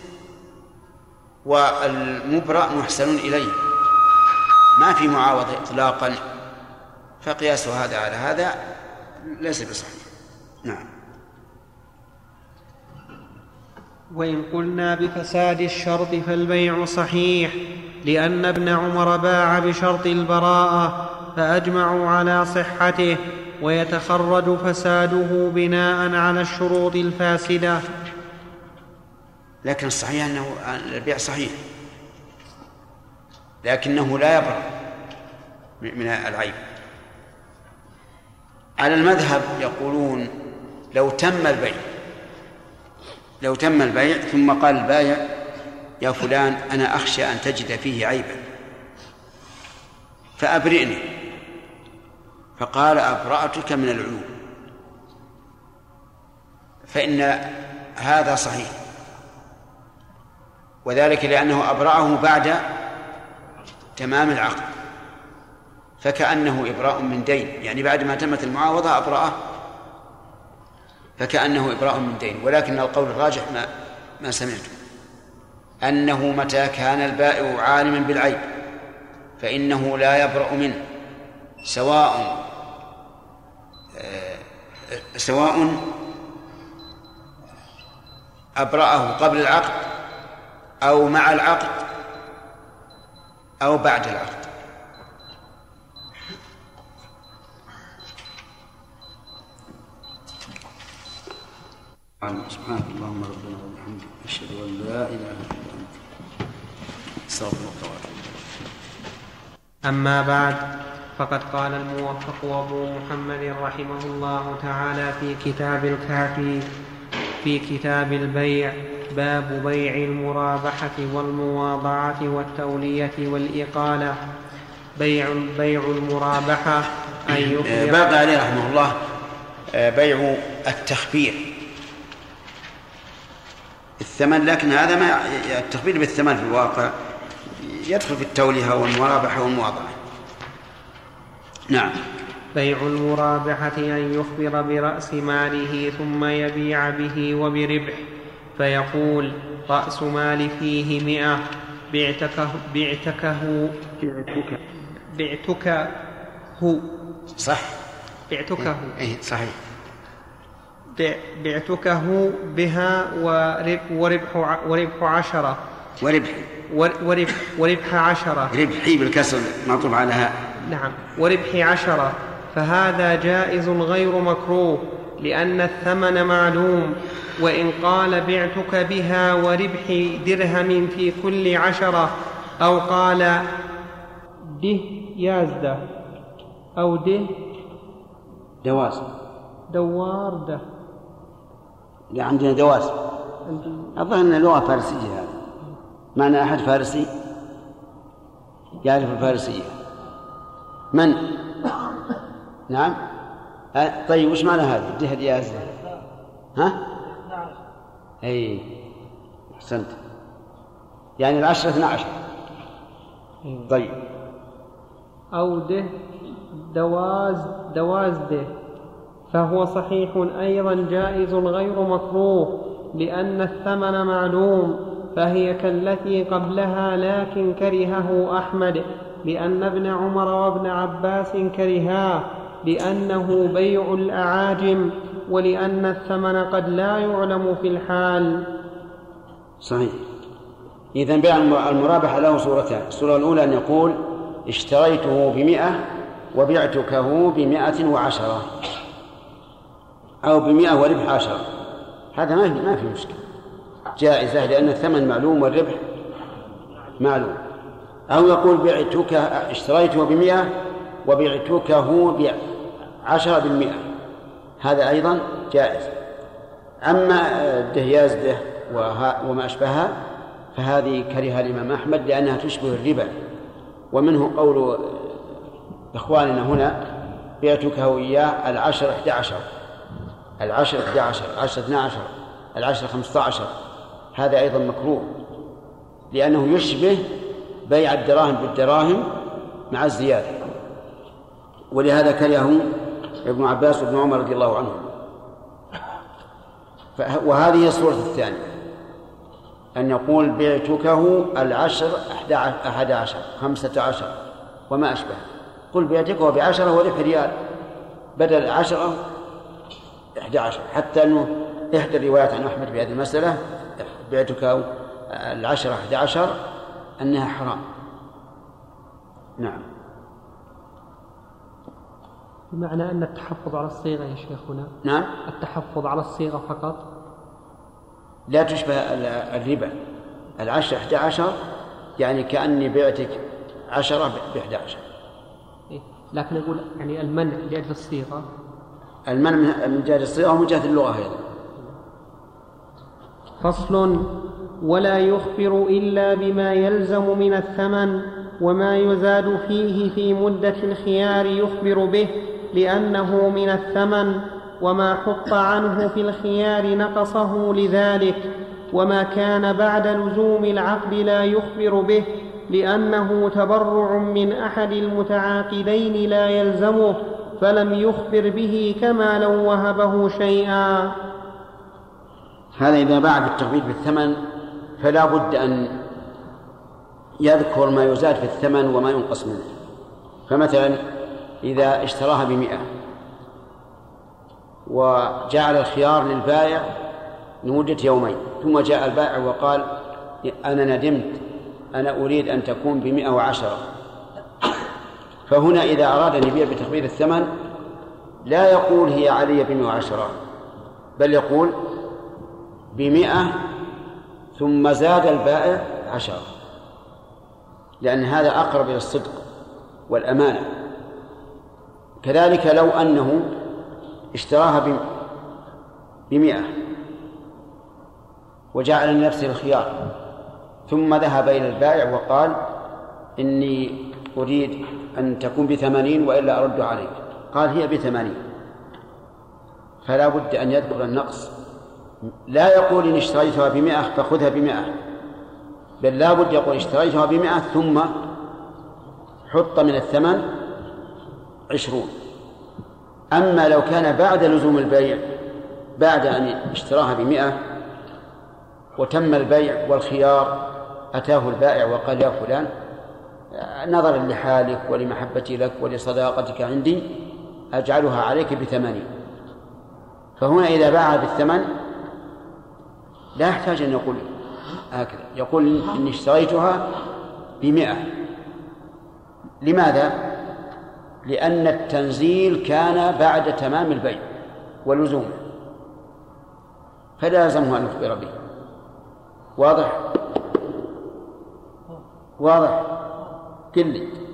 والمبرأ محسن إليه، ما في معاوضة إطلاقا، فقياس هذا على هذا ليس بصحيح. نعم. وإن قلنا بفساد الشرط فالبيع صحيح، لأن ابن عمر باع بشرط البراءة فأجمعوا على صحته، ويتخرج فساده بناء على الشروط الفاسدة. لكن الصحيح أنه البيع صحيح، لكنه لا يبرأ من العيب. على المذهب يقولون لو تم البيع لو تم البيع ثم قال البائع يا فلان أنا أخشى أن تجد فيه عيبا فأبرئني، فقال أبرأتك من العيوب، فإن هذا صحيح، وذلك لأنه أبرأه بعد تمام العقد، فكأنه إبراء من دين، يعني بعد ما تمت المعاوضة أبرأه فكأنه إبراء من دين. ولكن القول الراجح ما, ما سمعته أنه متى كان البائع عالما بالعيب فإنه لا يبرأ منه، سواء سواء أبرأه قبل العقد أو مع العقد أو بعد العقد. سبحانك اللهم ربنا وبحمدك أشهد أن لا إله إلا أنت أستغفرك وأتوب إليك. أما بعد، فقد قال الموفق أبو محمد رحمه الله تعالى في كتاب الكافي في كتاب البيع: باب بيع المرابحة والمواضعة والتولية والإقالة. بيع بيع المرابحة أن يخبر. باب عليه رحمه الله بيع التخبير الثمن، لكن هذا ما التخبير بالثمن في الواقع يدخل في التولية والمرابحة والمواضعة. نعم. بيع المرابحة أن يخبر برأس ماله ثم يبيع به وبربح، فيقول: رأس مال فيه مئة، بعتكه بعتكه بعتك هو صح بعتكه إيه صحيح بعتكه بها وربح وربح عشرة وربح وربح وربح عشرة ربحي بالكسر معطوف على ها. نعم. وربح عشرة، فهذا جائز غير مكروه لأن الثمن معلوم. وإن قال: بعتك بها وربح درهم في كل عشرة، أو قال: ده يازده، أو ده دواس دوار ده لا عندنا دواس، أظن لغة فارسية هذا، معنى أحد فارسي يعرف الفارسية. من؟ نعم. أه طيب وش معنى هذا؟ ده الياز ها؟ أي أحسنت، يعني العشرة اثنا عشر. طيب. أو ده دواز دواز ده، فهو صحيح أيضا جائز غير مكروه لأن الثمن معلوم، فهي كالتي قبلها، لكن كرهه أحمد لأن ابن عمر وابن عباس كرها، لأنه بيع الأعاجم، ولأن الثمن قد لا يعلم في الحال. صحيح. إذن بيع المرابحة له صورتان: الصورة الأولى أن يقول: اشتريته بمئة وبعتكه بمئة وعشرة، أو بمئة وربح عشرة، هذا ما في ما في مشكلة، جائزة لأن الثمن معلوم والربح معلوم. أو يقول: بعتك اشتريته بمئة وبعتكه بعشرة بالمئة، هذا أيضا جائز. أما الدهياز ده وما أشبهها فهذه كره الإمام أحمد لأنها تشبه الربا، ومنه قول إخواننا هنا: بعتكه إياه العشر إحدى عشر، العشر إحدى عشر، العشر اثنا عشر، العشر خمسة عشر، هذا أيضا مكروه لأنه يشبه بيع الدراهم بالدراهم مع الزيادة، ولهذا كرهه ابن عباس وابن عمر رضي الله عنهم. وهذه الصورة الثانية، أن يقول: بعتكه العشر أحد عشر، خمسة عشر وما أشبه، قل بعتكه بعشرة وربح ريال بدل عشرة إحدى عشر، حتى أنه إحدى الروايات عن أحمد في هذه المسألة: بعتك العشرة إحدى عشر، أنها حرام. نعم. بمعنى أن التحفظ على الصيغة يا شيخنا. نعم. التحفظ على الصيغة فقط لا تشبه الربا. العشرة إحدى عشر يعني كأني بعتك عشرة بإحدى عشر. لكن يقول يعني المنع لأجل الصيغة، المنع من جهة الصيغة ومن جهة اللغة أيضا. فصل: ولا يخبر إلا بما يلزم من الثمن، وما يزاد فيه في مدة الخيار يخبر به لأنه من الثمن، وما حط عنه في الخيار نقصه لذلك، وما كان بعد لزوم العقد لا يخبر به لأنه تبرع من أحد المتعاقدين لا يلزمه، فلم يخبر به كما لو وهبه شيئا. هذا إذا باع بالتخفيض بالثمن فلا بد أن يذكر ما يزاد في الثمن وما ينقص منه. فمثلا إذا اشتراها بمئة وجعل الخيار للبائع لمدة يومين، ثم جاء البائع وقال أنا ندمت، أنا أريد أن تكون بمئة وعشرة، فهنا إذا أراد أن يبيع بتخفيض الثمن لا يقول هي علي بمئة وعشرة، بل يقول بمئة ثم زاد البائع عشرة، لأن هذا أقرب إلى الصدق والأمانة. كذلك لو أنه اشتراها بمئة وجعل لنفسه الخيار، ثم ذهب إلى البائع وقال إني أريد أن تكون بثمانين وإلا أرد عليك، قال هي بثمانين، فلا بد أن يذكر النقص، لا يقول إن اشتريتها بمئة فخذها بمئة، بل لا بد يقول اشتريتها بمئة ثم حط من الثمن عشرون. أما لو كان بعد لزوم البيع، بعد أن اشتراها بمئة وتم البيع والخيار، أتاه البائع وقال يا فلان نظرا لحالك ولمحبتي لك ولصداقتك عندي أجعلها عليك بثمانين، فهنا إذا باع بالثمن لا يحتاج أن يقول هكذا، يقول إني اشتريتها بمئة. لماذا؟ لأن التنزيل كان بعد تمام البيع ولزومه، فلا يلزمه أن يخبر به. واضح؟ واضح؟ كل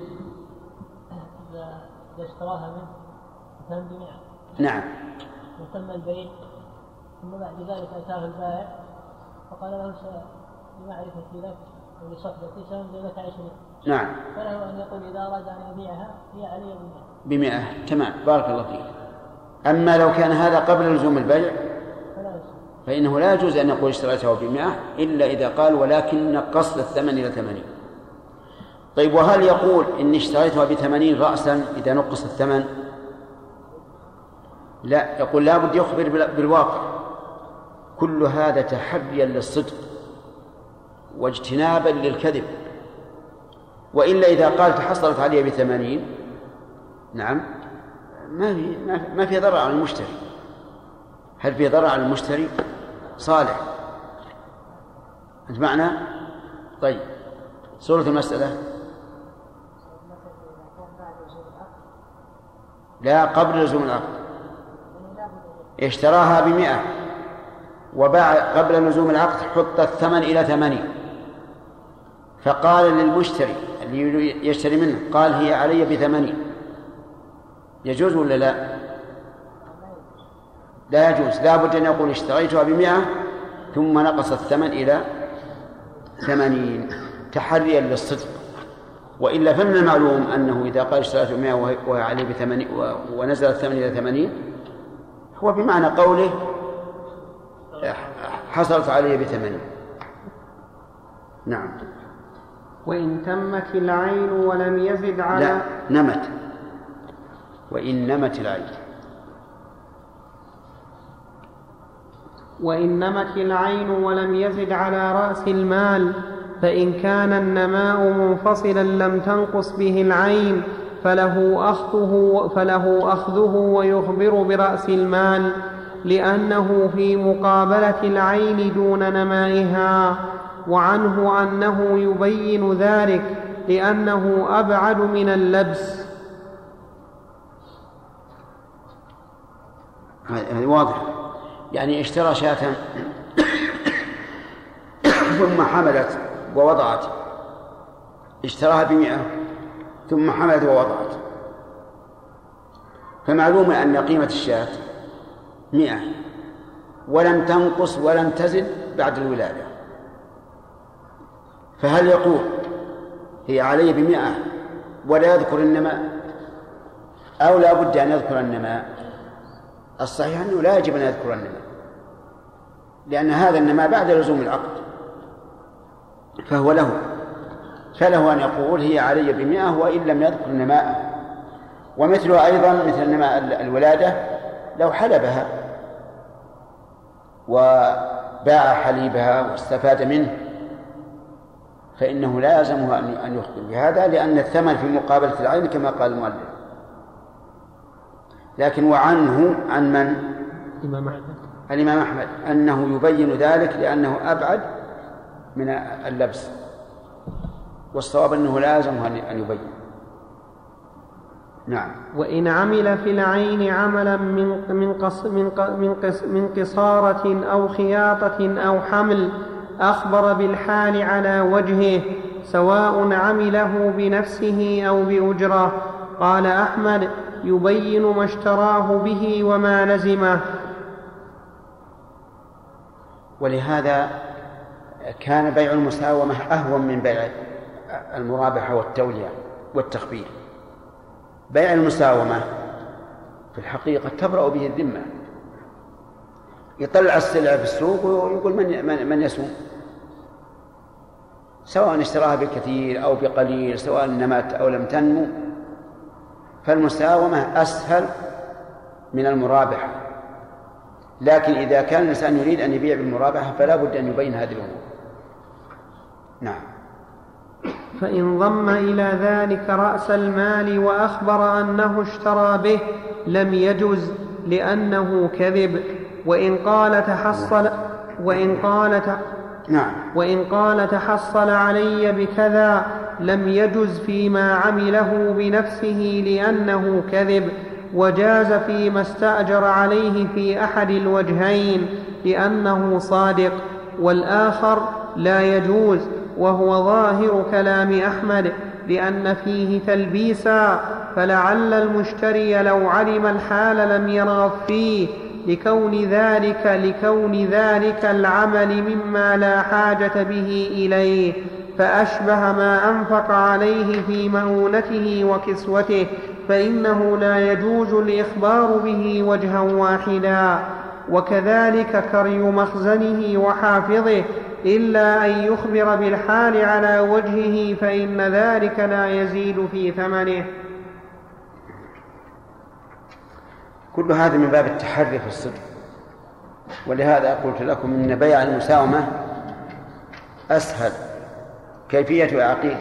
إذا اشتراها منه ثمن بمئة، نعم، وتم البيع، ثم بعد ذلك أتاه البائع فقال له لمعرفتي لك ولصحبتي سأنزل لك عشرين، نعم، فله أن يقول إذا أراد أن يبيعها هي علي بمئة. بمئة، تمام، بارك الله فيك. أما لو كان هذا قبل لزوم البيع فإنه لا يجوز أن يقول اشتريته بمئة إلا إذا قال ولكن نقصت الثمن إلى ثمانين. طيب، وهل يقول إني اشتريتها بثمانين رأسا إذا نقص الثمن؟ لا، يقول لا بد يخبر بالواقع. كل هذا تحريا للصدق واجتنابا للكذب، وإلا إذا قال تحصلت عليه بثمانين، نعم، ما في ما في ضرر على المشتري. هل في ضرر على المشتري؟ صالح. أنت معنا؟ طيب، صورة المسألة لا قبل لزوم العقد، اشتراها بمئة وباع قبل لزوم العقد، حط الثمن إلى ثمانين، فقال للمشتري اللي يشتري منه قال هي علي بثمانين، يجوز ولا لا؟ لا يجوز، لا بد أن يقول اشتريتها بمئة ثم نقص الثمن إلى ثمانين تحريا للصدق. وإلا فمن المعلوم أنه إذا قال اشتريته بمئة وهي عليه بثمانين ونزل الثمن إلى ثمانين هو بمعنى قوله حصلت عليه بثمانين. نعم. وإن تمت العين ولم يزد على لا، نمت. وإن نمت العين وإن نمت العين ولم يزد على رأس المال، فإن كان النماء منفصلا لم تنقص به العين فله أخذه, فله أخذه ويخبر برأس المال، لأنه في مقابلة العين دون نمائها، وعنه أنه يبين ذلك لأنه أبعد من اللبس. هذا واضح، يعني اشترى شاة ثم حملت ووضعت، اشتراها بمئة ثم حملت ووضعت، فمعلوم أن قيمة الشاة مئة ولم تنقص ولم تزد بعد الولادة، فهل يقول هي عليه بمئة ولا يذكر النماء أو لا بد أن يذكر النماء؟ الصحيح أنه لا يجب أن يذكر النماء، لأن هذا النماء بعد لزوم العقد فهو له، فله أن يقول هي علي بمئة وإن لم يذكر النماء. ومثله أيضا مثل النماء الولادة لو حلبها وباع حليبها واستفاد منه فإنه لا يلزمه أن يخبر بهذا، لأن الثمن في مقابلة العين كما قال المؤلف. لكن وعنه عن من؟ الإمام أحمد الإمام أحمد أنه يبين ذلك لأنه أبعد من اللبس، والصواب أنه لا يلزمه أن يبين. نعم. وإن عمل في العين عملا من من قص من قص من قصارة أو خياطة أو حمل أخبر بالحال على وجهه سواء عمله بنفسه أو بأجرة. قال أحمد: يبين ما اشتراه به وما لزمه. ولهذا كان بيع المساومة أهون من بيع المرابحة والتولية والتخبير. بيع المساومة في الحقيقة تبرأ به الذمة، يطلع السلع في السوق ويقول من من يسوم، سواء اشتراها بكثير أو بقليل، سواء نمت أو لم تنمو. فالمساومة أسهل من المرابحة، لكن إذا كان الإنسان يريد أن يبيع بالمرابحة فلا بد أن يبين هذه الأمور. نعم. فإن ضم إلى ذلك رأس المال وأخبر أنه اشترى به لم يجز لأنه كذب. وإن قال تحصل وإن قال ت... نعم. وإن قال تحصل علي بكذا لم يجز فيما عمله بنفسه لأنه كذب، وجاز فيما استأجر عليه في أحد الوجهين لأنه صادق، والآخر لا يجوز، وهو ظاهر كلام أحمد لأن فيه تلبيسا، فلعل المشتري لو علم الحال لم يرغب فيه لكون ذلك لكون ذلك العمل مما لا حاجة به إليه، فأشبه ما أنفق عليه في مؤونته وكسوته، فإنه لا يجوز الإخبار به وجها واحدا. وكذلك كري مخزنه وحافظه إلا أن يخبر بالحال على وجهه فإن ذلك لا يزيد في ثمنه. كل هذا من باب التحري في الصدق، ولهذا قلت لكم إن بيع المساومة أسهل. كيفية عقيد؟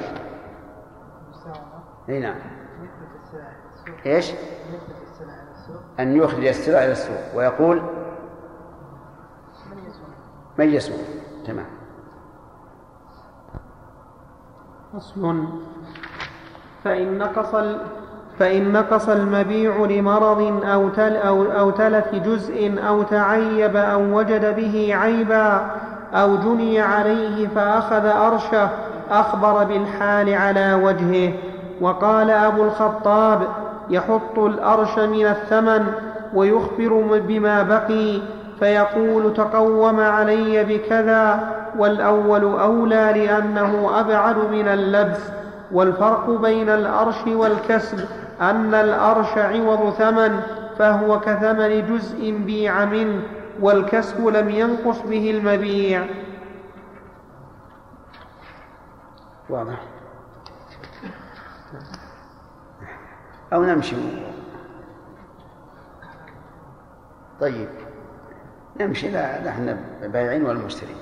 اي نعم. ايش؟ أن يخرج السلع إلى السوق ويقول من يسوق. تمام. فصل: فإن نقص ال... فإن نقص المبيع لمرض أو, تل أو, أو تلف جزء أو تعيب أو وجد به عيبا أو جني عليه فأخذ أرشه أخبر بالحال على وجهه. وقال أبو الخطاب: يحط الأرش من الثمن ويخبر بما بقي فيقول تقوم علي بكذا، والأول أولى لأنه أبعد من اللبس. والفرق بين الأرش والكسب أن الأرش عوض ثمن فهو كثمن جزء بيع منه، والكسب لم ينقص به المبيع. واضح؟ أو نمشي؟ طيب نمشي. لا نحن البائعين والمشترين.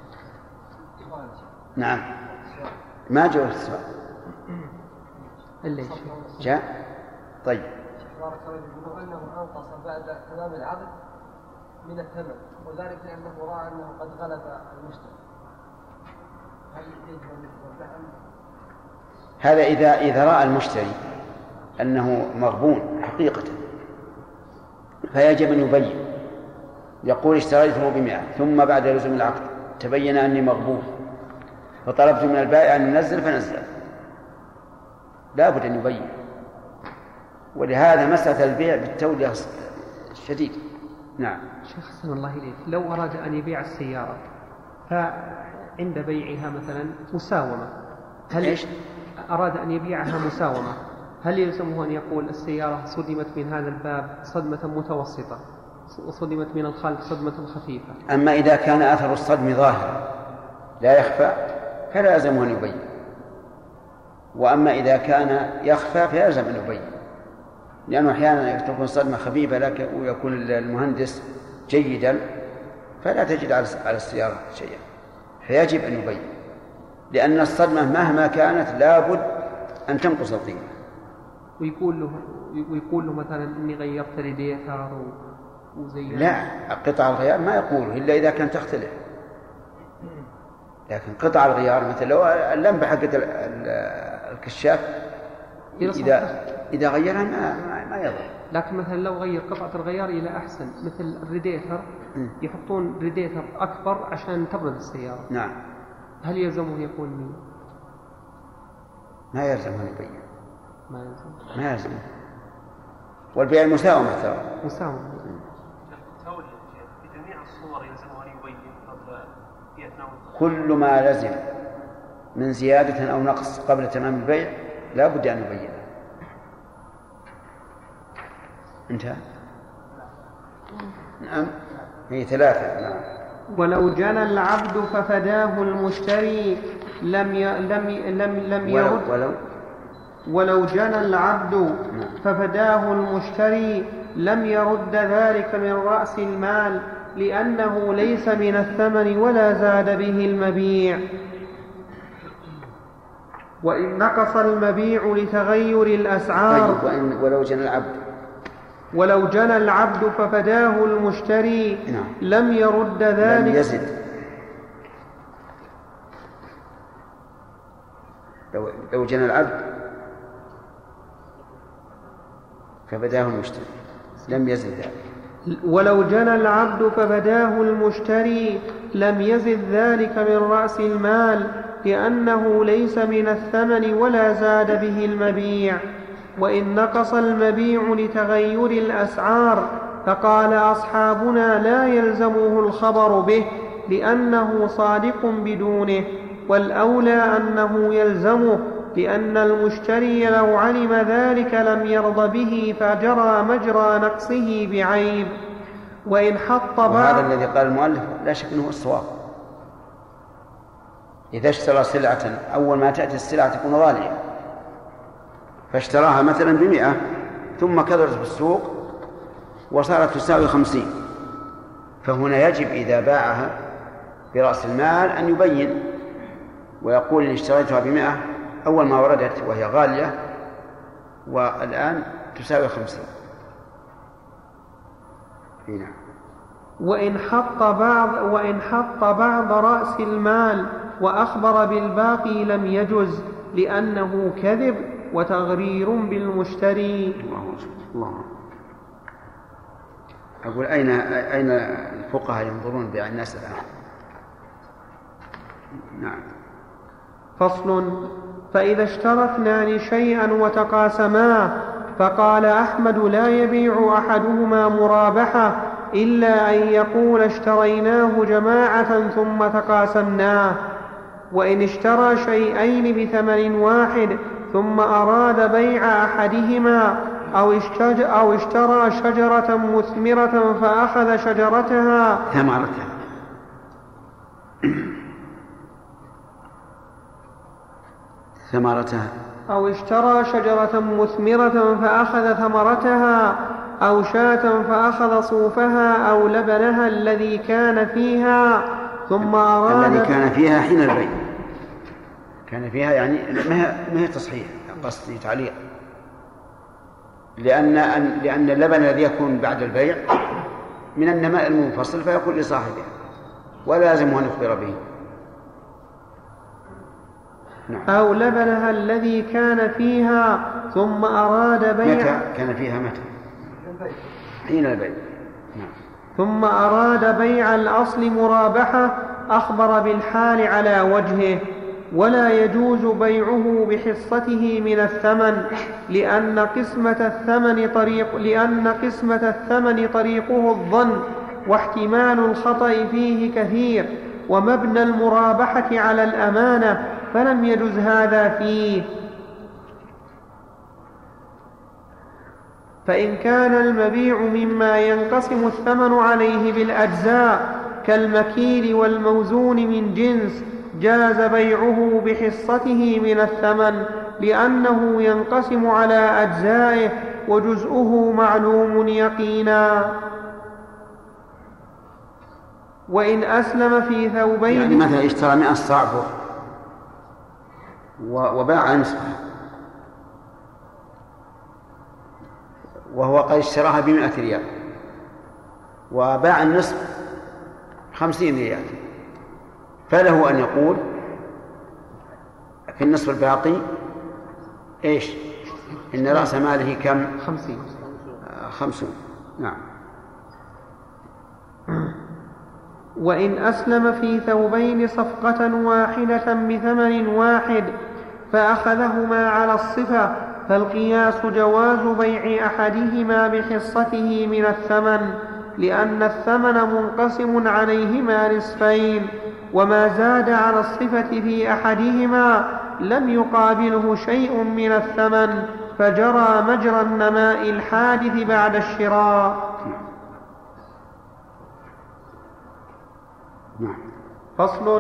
نعم. ما جاء السؤال؟ الليش جاء. طيب. بارك الله فيكم. أنه أنقص بعد تمام العقد من الثمن، وذلك لأنه رأى أنه قد غلب المشتري. هل يجب أن يخبر؟ هذا إذا إذا رأى المشتري أنه مغبون حقيقة فيجب أن يبين، يقول اشتريته بمئة ثم بعد لزوم العقد تبين أني مغبون فطلبت من البائع أن ينزل فنزل، لا بد أن يبين. ولهذا مسألة البيع بالتولية شديد. نعم. شيخ حسن الله إليك، لو أراد أن يبيع السيارة فعند بيعها مثلا مساومة، هل إيش؟ أراد أن يبيعها مساومة، هل يلزمه أن يقول السيارة صدمت من هذا الباب صدمة متوسطة وصدمت من الخلف صدمة خفيفة؟ أما إذا كان أثر الصدم ظاهر لا يخفى فلا يلزم أن يبين، وأما إذا كان يخفى فيلزم أن يبين، لأنه أحيانا تكون صدمة خفيفة لكن ويكون المهندس جيدا فلا تجد على السيارة شيئا، فيجب أن يبين، لأن الصدمة مهما كانت لابد أن تنقص القيمة. ويقول له ويقول له مثلا إني غيرت راديتر وزي لا، قطع الغيار ما يقول إلا إذا كان تختلف، لكن قطع الغيار مثل لو اللمبة حقت الكشاف إذا إذا غيرها ما ما يضر. لكن مثلا لو غير قطعة الغيار إلى أحسن مثل الراديتر يحطون راديتر أكبر عشان تبرد السيارة. نعم. هل يلزمه يقول لي؟ ما يلزم أن يبين. ما يلزم. ما يلزم. والبيع مساومة ترى. مساومة. تولي في جميع الصور يلزمه أن يبين قبل يتناول. كل ما لزم من زيادة أو نقص قبل تمام البيع لا بد أن يبين. انتهى. نعم. هي ثلاثة. نعم. ولو جنى العبد ففداه المشتري لم ي... لم ي... لم لم يرد ولو ولو جنى العبد ففداه المشتري لم يرد ذلك من رأس المال لأنه ليس من الثمن ولا زاد به المبيع. وإن نقص المبيع لتغير الأسعار. طيب. وإن ولو جنى العبد ولو جنى العبد ففداه المشتري نعم. لم يرد ذلك. لم يزد. لو لو جنى العبد ففداه المشتري لم يزد ذلك. ولو جنى العبد ففداه المشتري لم يزد ذلك من رأس المال لأنه ليس من الثمن ولا زاد به المبيع. وإن نقص المبيع لتغير الأسعار فقال أصحابنا لا يلزمه الخبر به لأنه صادق بدونه، والأولى أنه يلزمه لأن المشتري لو علم ذلك لم يرض به فجرى مجرى نقصه بعيب. وإن حط بعض. وهذا الذي قال المؤلف لا شك أنه الصواب. إذا اشترى سلعة أول ما تأتي السلعة تكون غالية فاشتراها مثلا بمئة ثم كثرت في السوق وصارت تساوي خمسين، فهنا يجب إذا باعها برأس المال أن يبين ويقول إن اشتريتها بمئة أول ما وردت وهي غالية والآن تساوي خمسين. هنا. وإن حط بعض وإن حط بعض رأس المال وأخبر بالباقي لم يجز لأنه كذب وتغرير بالمشتري. الله الله. أقول أين أين الفقهاء ينظرون بيع الناس الآن؟ نعم. فصل. فإذا اشترى اثنان شيئا وتقاسماه فقال أحمد لا يبيع أحدهما مرابحة إلا أن يقول اشتريناه جماعة ثم تقاسمناه. وإن اشترى شيئين بثمن واحد ثم أراد بيع أحدهما أو, أو اشترى شجرة مثمرة فأخذ شجرتها ثمرتها ثمرتها أو اشترى شجرة مثمرة فأخذ ثمرتها أو شاة فأخذ صوفها أو لبنها الذي كان فيها ثم أراد الذي كان فيها حين البيع. كان فيها يعني ما هي تصحيح قصدي تعليق، لأن لأن اللبن الذي يكون بعد البيع من النماء المنفصل فيكون لصاحبه ولا لازم أن يخبر به. نعم. أو لبنها الذي كان فيها ثم أراد بيع. متى كان فيها؟ متى؟ حين البيع. نعم. ثم أراد بيع الأصل مرابحة أخبر بالحال على وجهه. ولا يجوز بيعه بحصته من الثمن لأن قسمة الثمن طريق لأن قسمة الثمن طريقه الظن واحتمال الخطأ فيه كثير، ومبنى المرابحة على الأمانة، فلم يجز هذا فيه. فإن كان المبيع مما ينقسم الثمن عليه بالأجزاء كالمكيل والموزون من جنس جاز بيعه بحصته من الثمن لأنه ينقسم على أجزائه وجزءه معلوم يقينا. وإن أسلم في ثوبين، يعني مثلا اشترى مئة صاع بر وباع نصفها وهو قد اشتراها بمئة ريال وباع النصف خمسين ريال، فله أن يقول في النصف الباقي إيش؟ إن رأس ماله كم؟ خمسين خمسون. نعم. وإن أسلم في ثوبين صفقة واحدة بثمن واحد فأخذهما على الصفة فالقياس جواز بيع أحدهما بحصته من الثمن لأن الثمن منقسم عليهما نصفين، وما زاد على الصفة في أحدهما لم يقابله شيء من الثمن فجرى مجرى النماء الحادث بعد الشراء. فصل.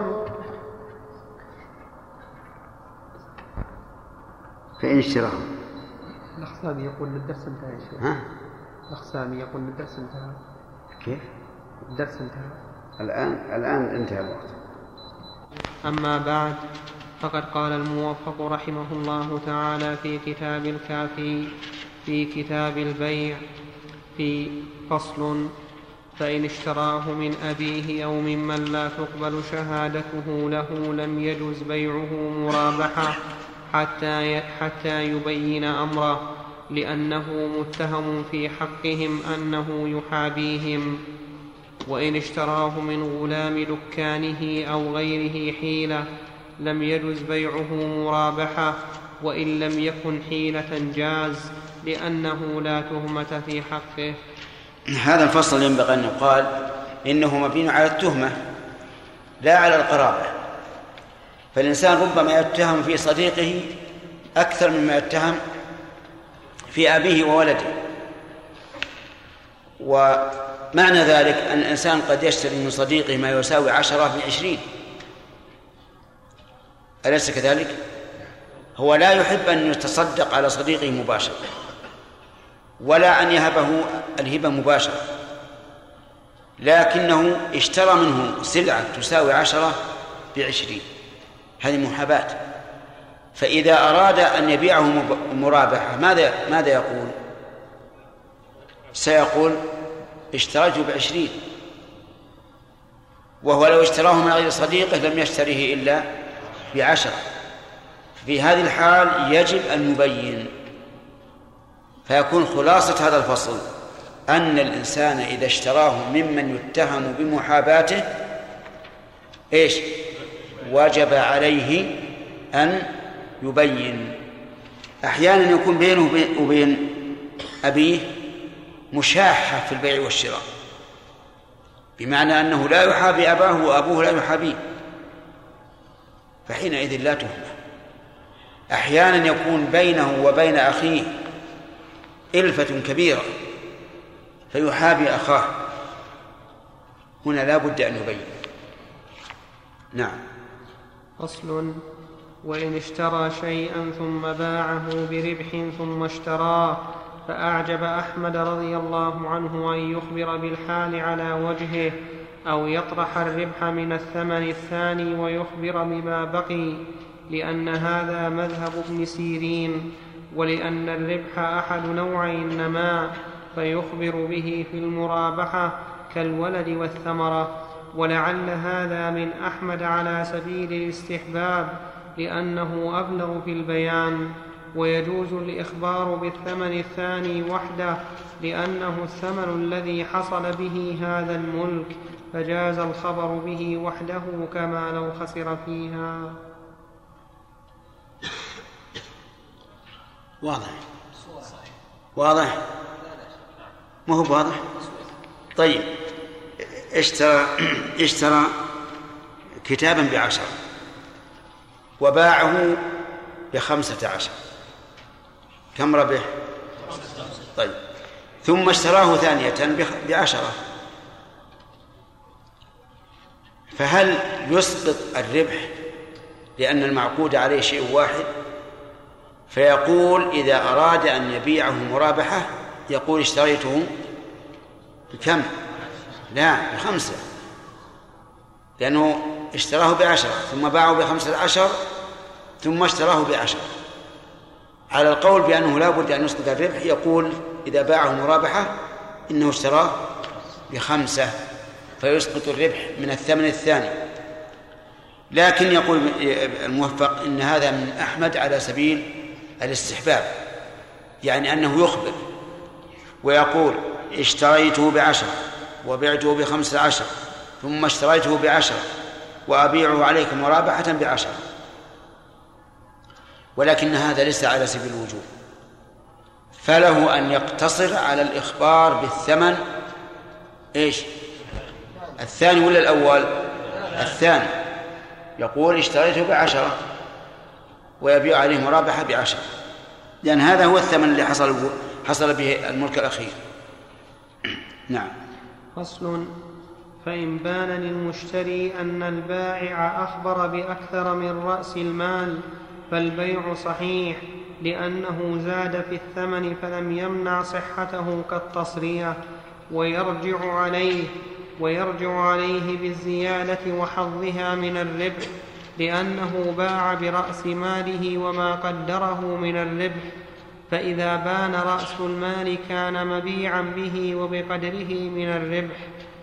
فإن اشتراه الأخسامي يقول الدرس انتهى يا شيخ. ها؟ الأخسامي يقول الدرس انتهى. كيف؟ الدرس انتهى الآن الآن انتهى الوقت. أما بعد، فقد قال الموفق رحمه الله تعالى في كتاب الكافي في كتاب البيع في فصل: فإن اشتراه من أبيه أو ممن لا تقبل شهادته له لم يجز بيعه مرابحة حتى حتى يبين أمره، لأنه متهم في حقهم أنه يحابيهم. وإن اشتراه من غلام دكانه أو غيره حيلة لم يجز بيعه مرابحة، وإن لم يكن حيلة جاز لأنه لا تهمة في حقه. هذا الفصل ينبغي أن يقال إنه مبني على التهمة لا على القرابة، فالإنسان ربما يتهم في صديقه أكثر مما يتهم في أبيه وولده. ومعنى ذلك أن الإنسان قد يشتري من صديقه ما يساوي عشرة بعشرين، أليس كذلك؟ هو لا يحب أن يتصدق على صديقه مباشرة ولا أن يهبه الهبة مباشرة، لكنه اشترى منه سلعة تساوي عشرة بعشرين، هذه محاباة. فإذا أراد أن يبيعه مرابحة ماذا ماذا يقول؟ سيقول اشتريته بعشرين، وهو لو اشتراه من غير صديقه لم يشتريه إلا بعشرة. في هذه الحال يجب أن يبين. فيكون خلاصة هذا الفصل أن الإنسان إذا اشتراه ممن يتهم بمحاباته إيش؟ وجب عليه أن يبين. أحيانا يكون بينه وبين أبيه مشاحة في البيع والشراء، بمعنى أنه لا يحابي أباه وأبوه لا يحابيه، فحينئذ لا تهمة. أحيانا يكون بينه وبين أخيه إلفة كبيرة فيحابي أخاه، هنا لا بد أن يبين. نعم. فصل. وإن اشترى شيئا ثم باعه بربح ثم اشتراه فأعجب أحمد رضي الله عنه أن يخبر بالحال على وجهه أو يطرح الربح من الثمن الثاني ويخبر بما بقي، لأن هذا مذهب ابن سيرين، ولأن الربح أحد نوعي النماء فيخبر به في المرابحة كالولد والثمرة، ولعل هذا من أحمد على سبيل الاستحباب لأنه أبلغ في البيان. ويجوز الإخبار بالثمن الثاني وحده لأنه الثمن الذي حصل به هذا الملك، فجاز الخبر به وحده كما لو خسر فيها. واضح واضح ما هو واضح. طيب اشترى اشترى كتابا بعشرة وباعه بخمسة عشر، كم ربح؟ طيب ثم اشتراه ثانية بعشرة، فهل يسقط الربح لأن المعقود عليه شيء واحد؟ فيقول إذا أراد أن يبيعه مرابحة يقول اشتريته بكم؟ لا بخمسة، لأنه اشتراه بعشرة ثم باعه بخمسة عشر ثم اشتراه بعشرة. على القول بأنه لا بد أن يسقط الربح يقول إذا باعه مرابحة إنه اشتراه بخمسة فيسقط الربح من الثمن الثاني. لكن يقول الموفق إن هذا من أحمد على سبيل الاستحباب، يعني أنه يخبر ويقول اشتريته بعشرة وبعته بخمسة عشر ثم اشتريته بعشرة وأبيعه عليك مرابحة بعشرة، ولكن هذا ليس على سبيل الوجوب، فله أن يقتصر على الإخبار بالثمن إيش الثاني ولا الأول؟ الثاني، يقول اشتريته بعشرة ويبيع عليه مرابحة بعشرة، لأن هذا هو الثمن اللي حصل حصل به الملك الأخير. نعم. فصل: فإن بان للمشتري أن البائع أخبر بأكثر من رأس المال فالبيع صحيح لأنه زاد في الثمن فلم يمنع صحته كالتصرية، ويرجع عليه ويرجع عليه بالزيادة وحظها من الربح لأنه باع برأس ماله وما قدره من الربح، فإذا بان رأس المال كان مبيعا به وبقدره من الربح.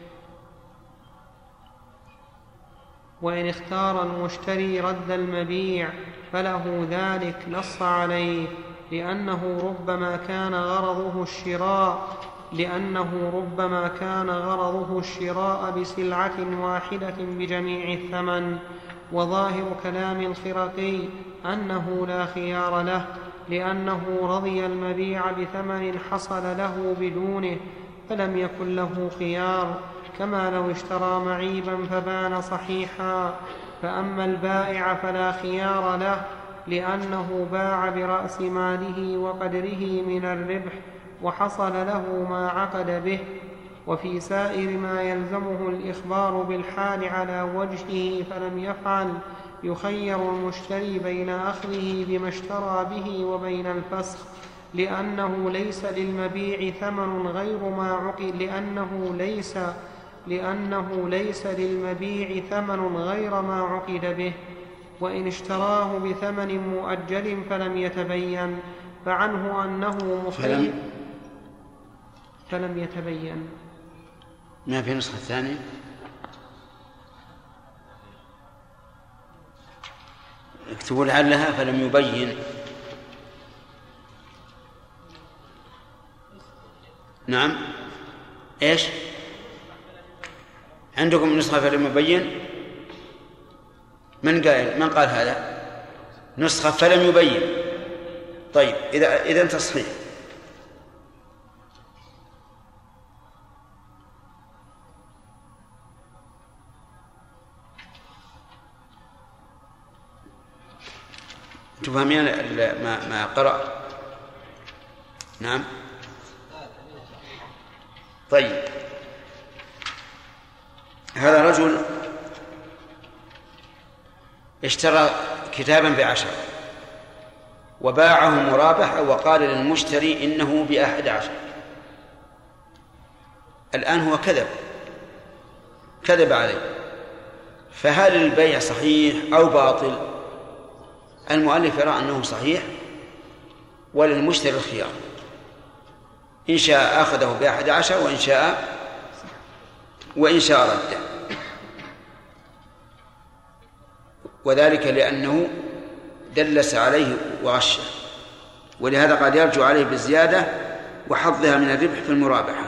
وإن اختار المشتري رد المبيع فله ذلك، نص عليه لأنه ربما كان غرضه الشراء لأنه ربما كان غرضه الشراء بسلعة واحدة بجميع الثمن. وظاهر كلام الخرقي أنه لا خيار له لأنه رضي المبيع بثمن حصل له بدونه فلم يكن له خيار، كما لو اشترى معيبا فبان صحيحا. فأما البائع فلا خيار له لأنه باع برأس ماله وقدره من الربح وحصل له ما عقد به. وفي سائر ما يلزمه الإخبار بالحال على وجهه فلم يفعل يخير المشتري بين أخذه بما اشترى به وبين الفسخ، لأنه ليس للمبيع ثمن غير ما عقد لأنه ليس لأنه ليس للمبيع ثمن غير ما عقد به. وإن اشتراه بثمن مؤجل فلم يتبين فعنه أنه مخير فلم يتبين. ما في نسخة ثانية؟ اكتبوا لعلها فلم يبين. نعم ايش عندكم نسخة فلم يبين؟ من قال من قال هذا؟ نسخة فلم يبين. طيب إذا إذا تصحيح. تفهمين ما ما قرأ؟ نعم. طيب هذا رجل اشترى كتابا بعشرة وباعه مرابحة وقال للمشتري إنه بأحد عشر. الآن هو كذب كذب عليه، فهل البيع صحيح أو باطل؟ المؤلف يرى أنه صحيح وللمشتري الخيار، إن شاء أخذه بأحد عشر وإن شاء وإن شاء رده، وذلك لأنه دلس عليه وغشه، ولهذا قد يرجع عليه بالزيادة وحظها من الربح في المرابحة.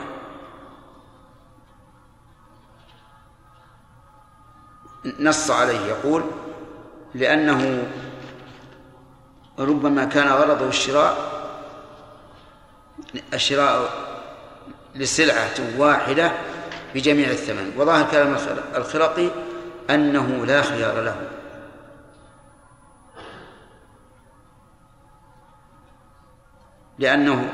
نص عليه يقول لأنه ربما كان غرضه الشراء الشراء لسلعة واحدة بجميع الثمن. وظاهر كلام الخرقي أنه لا خيار له، لأنه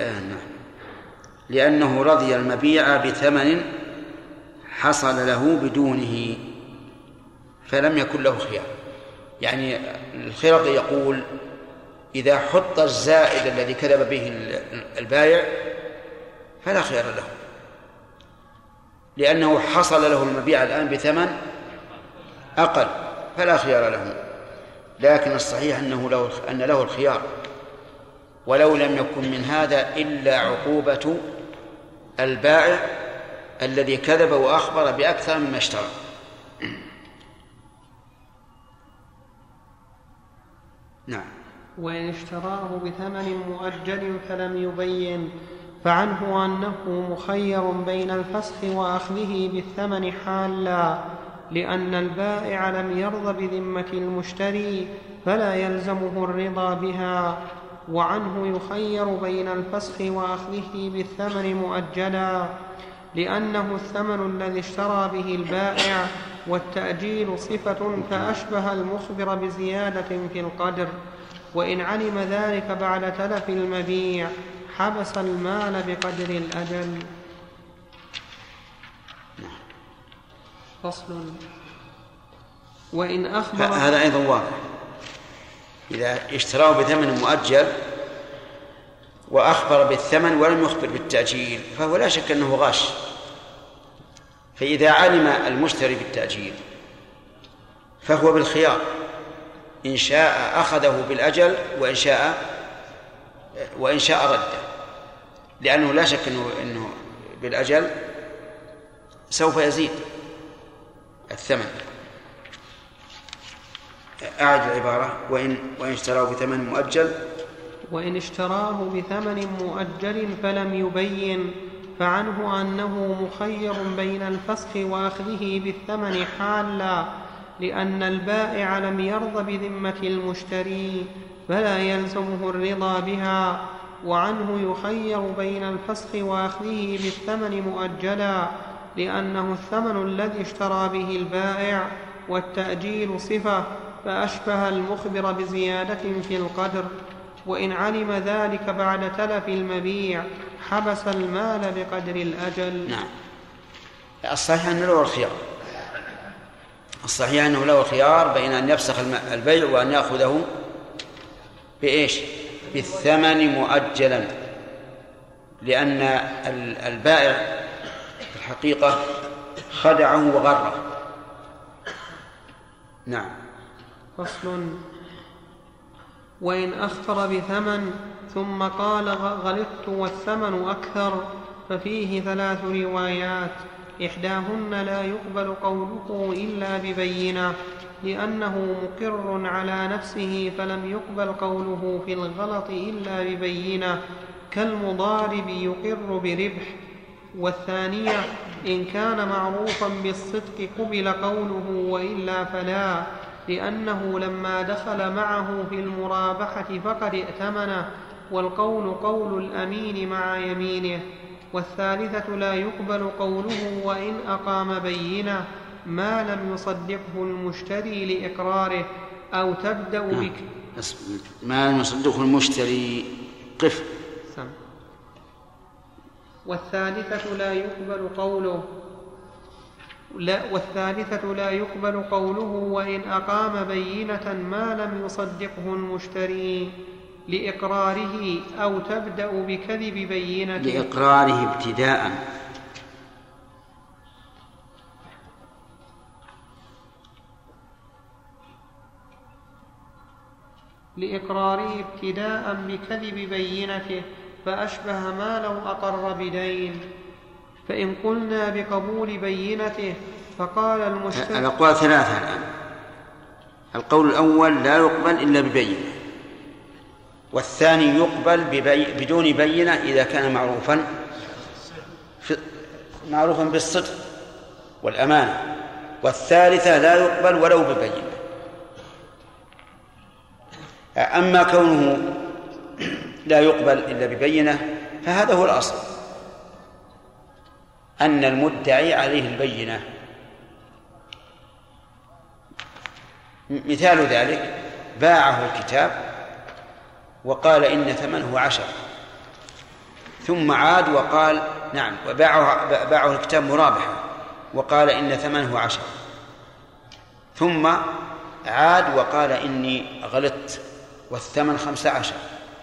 لأنه رضي المبيع بثمن حصل له بدونه فلم يكن له خيار. يعني الخرقي يقول إذا حط الزائد الذي كذب به البائع فلا خيار له، لأنه حصل له المبيع الآن بثمن أقل فلا خيار له. لكن الصحيح أنه له أن له الخيار، ولو لم يكن من هذا إلا عقوبة البائع الذي كذب وأخبر بأكثر مما اشترى. نعم. وإن اشتراه بثمن مؤجل فلم يبين فعنه أنه مخير بين الفسخ وأخذه بالثمن حالا، لأن البائع لم يرض بذمة المشتري فلا يلزمه الرضا بها، وعنه يخير بين الفسخ وأخذه بالثمن مؤجلا، لأنه الثمن الذي اشترى به البائع والتأجيل صفة فأشبه المخبر بزيادة في القدر، وإن علم ذلك بعد تلف المبيع حبس المال بقدر الأجل. فصل. وإن أخبر هذا أيضا واضح، إذا اشتراه بثمن مؤجل وأخبر بالثمن ولم يخبر بالتأجيل فهو لا شك أنه غاش. فإذا علم المشتري بالتأجيل فهو بالخيار، إن شاء أخذه بالأجل وإن شاء وإن شاء رده، لأنه لا شك أنه, إنه بالأجل سوف يزيد الثمن. أعد العبارة. وإن, وإن اشتراه بثمن مؤجل وإن اشتراه بثمن مؤجل فلم يبين فعنه أنه مخير بين الفسخ وأخذه بالثمن حالا، لأن البائع لم يرض بذمة المشتري فلا يلزمه الرضا بها، وعنه يخير بين الفسخ وأخذه بالثمن مؤجلا، لأنه الثمن الذي اشترى به البائع والتأجيل صفة فأشبه المخبر بزيادة في القدر، وإن علم ذلك بعد تلف المبيع حبس المال بقدر الأجل. نعم. الصحيح أنه له الخيار، الصحيح أنه له الخيار بين أن يفسخ البيع وأن يأخذه بإيش؟ بالثمن مؤجلا، لأن البائع في الحقيقة خدعه وغره. نعم. فصل. وإن أخبر بثمن ثم قال غلطت والثمن أكثر ففيه ثلاث روايات، إحداهن لا يقبل قوله إلا ببينة لأنه مقر على نفسه فلم يقبل قوله في الغلط إلا ببينة كالمضارب يقر بربح، والثانية إن كان معروفا بالصدق قبل قوله وإلا فلا، لأنه لما دخل معه في المرابحة فقد ائتمنه، والقول قول الأمين مع يمينه. والثالثة لا يقبل قوله وإن أقام بينة ما لم يصدقه المشتري لإقراره أو تبدأ بك ما لم يصدقه المشتري قف. والثالثة لا يقبل قوله لا والثالثة لا يقبل قوله وإن أقام بينة ما لم يصدقه المشتري لإقراره أو تبدأ بكذب بينة لإقراره ابتداءً لإقراره ابتداء بكذب بينته فأشبه ما لو أقر بدين. فإن قلنا بقبول بينته فقال المشتري. الأقوال ثلاثة الآن. القول الأول لا يقبل إلا ببينة، والثاني يقبل ببي... بدون بينة إذا كان معروفا في... معروفا بالصدق والأمانة، والثالثة لا يقبل ولو ببينة. أما كونه لا يقبل إلا ببينة فهذا هو الأصل، أن المدعي عليه البينة. مثال ذلك باعه الكتاب وقال إن ثمنه عشر، ثم عاد وقال نعم وباعه باعه الكتاب مرابحة وقال إن ثمنه عشر، ثم عاد وقال إني غلطت والثمن خمسة عشر.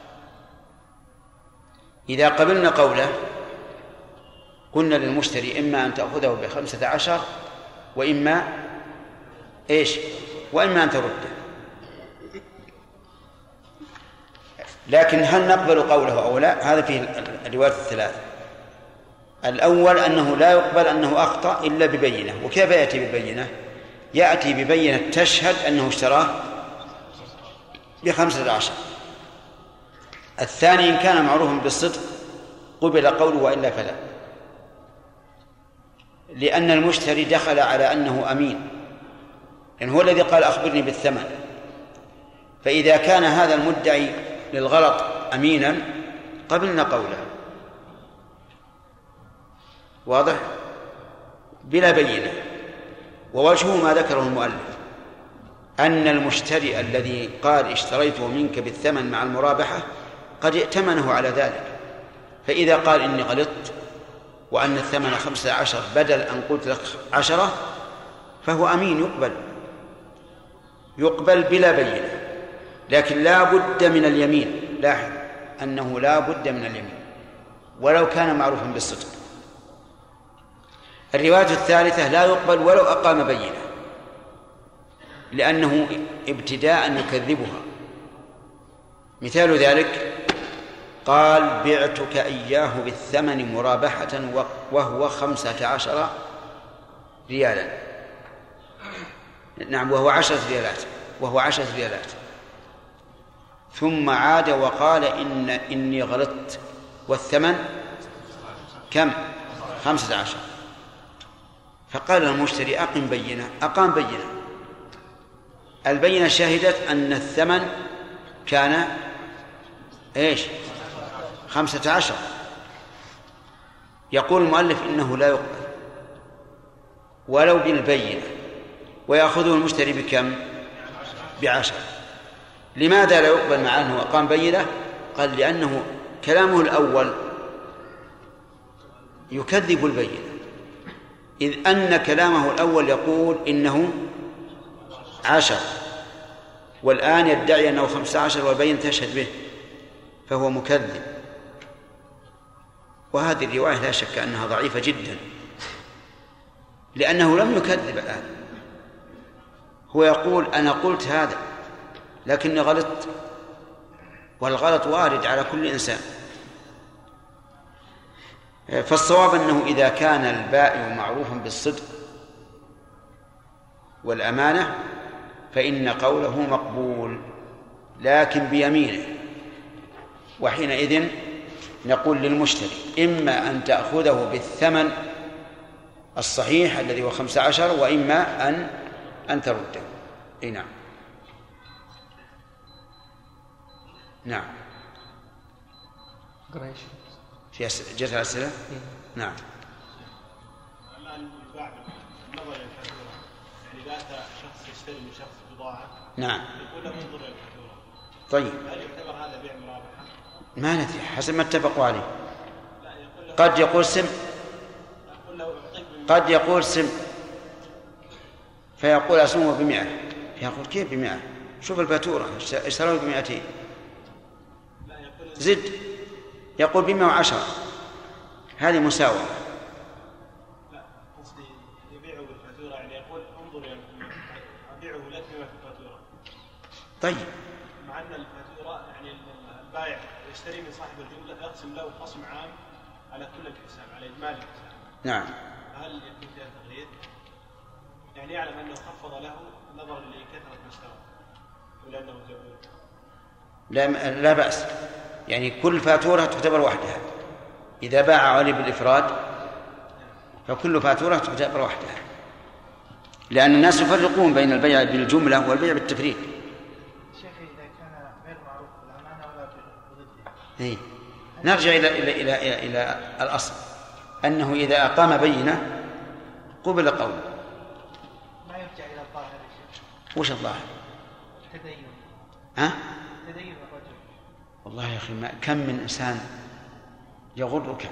إذا قبلنا قوله قلنا للمشتري إما أن تأخذه بخمسة عشر وإما إيش وإما أن ترده. لكن هل نقبل قوله أو لا؟ هذا فيه الروايات الثلاث. الأول أنه لا يقبل أنه أخطأ إلا ببينة. وكيف يأتي ببينة؟ يأتي ببينة تشهد أنه اشتراه بخمسة عشر. الثاني إن كان معروفا بالصدق قبل قوله وإلا فلا، لأن المشتري دخل على أنه أمين، لأن هو الذي قال أخبرني بالثمن. فإذا كان هذا المدعي للغلط أمينا قبلنا قوله، واضح بلا بينة. ووجهه ما ذكره المؤلف أن المشتري الذي قال اشتريته منك بالثمن مع المرابحة قد ائتمنه على ذلك، فإذا قال إني غلطت وأن الثمن خمسة عشر بدل أن قلت لك عشرة فهو أمين يقبل يقبل بلا بينة. لكن لا بد من اليمين، لاحظ أنه لا بد من اليمين ولو كان معروفا بالصدق. الرواية الثالثة لا يقبل ولو أقام بينة، لأنه ابتداء يكذبها. مثال ذلك قال بعتك إياه بالثمن مرابحة وهو خمسة عشر ريالا، نعم وهو عشرة ريالات وهو عشرة ريالات، ثم عاد وقال إن إني غلطت والثمن كم؟ خمسة عشر. فقال المشتري أقم بينة، أقام بينة. البينة شهدت أن الثمن كان إيش؟ خمسة عشر. يقول المؤلف إنه لا يقبل ولو بالبينة، ويأخذه المشتري بكم؟ بعشر. لماذا لا يقبل مع أنه أقام بينة؟ قال لأنه كلامه الأول يكذب البينة، إذ أن كلامه الأول يقول إنه عشر والآن يدعي أنه خمسة عشر والبينة تشهد به، فهو مكذب. وهذه الرواية لا شك أنها ضعيفة جدا، لأنه لم يكذب الآن، هو يقول أنا قلت هذا لكني غلطت، والغلط وارد على كل إنسان. فالصواب أنه إذا كان البائع معروفا بالصدق والأمانة فإن قوله مقبول، لكن بيمينه. وحينئذ نقول للمشتري إما أن تأخذه بالثمن الصحيح الذي هو خمسة عشر وإما أن أن ترده. إيه نعم نعم قريش في جزء الأسئلة. نعم. الآن الباع بالنظر إلى الفاتورة، يعني إذا أتى شخص يشتري من شخص بضاعة نعم يقول له انظر إلى الفاتورة، طيب هل يعتبر هذا بيع مرابحة؟ ما ندري حسب ما اتفقوا عليه. لا يقول له قد يقول سم يقول له أعطيك قد يقول سم فيقول أسمه بمئة، يقول كيف بمئة؟ شوف الفاتورة اشتروه بمئتين، زد يقول بمئة وعشرة، هذه مساواة. لا قصدي يبيعه بالفاتورة، يعني يقول انظر يا أبيعه لك بما في الفاتورة. طيب مع أن الفاتورة يعني البائع يشتري من صاحب الجملة يقسم له قسم عام على كل الحساب، على إجمالي الحساب. نعم. هل يكون فيها تغيير؟ يعني يعلم أنه خفض له نظرا لكثرة ما اشترى ولأنه زبون. لا لا بأس، يعني كل فاتورة تعتبر وحدها. إذا باع علي بالإفراد فكل فاتورة تعتبر وحدها، لأن الناس يفرقون بين البيع بالجملة والبيع بالتفريق. شيخي إذا كان غير معروف بالأمانة ولا بضده إيه؟ هل نرجع إلى إلى إلى إلى, إلى الأصل أنه إذا أقام بينة قبل قوله. ما يرجع إلى الظاهر يا شيخ. وش الظاهر؟ تدين. ها؟ تدين الرجل. والله يا أخي كم من إنسان يغرك،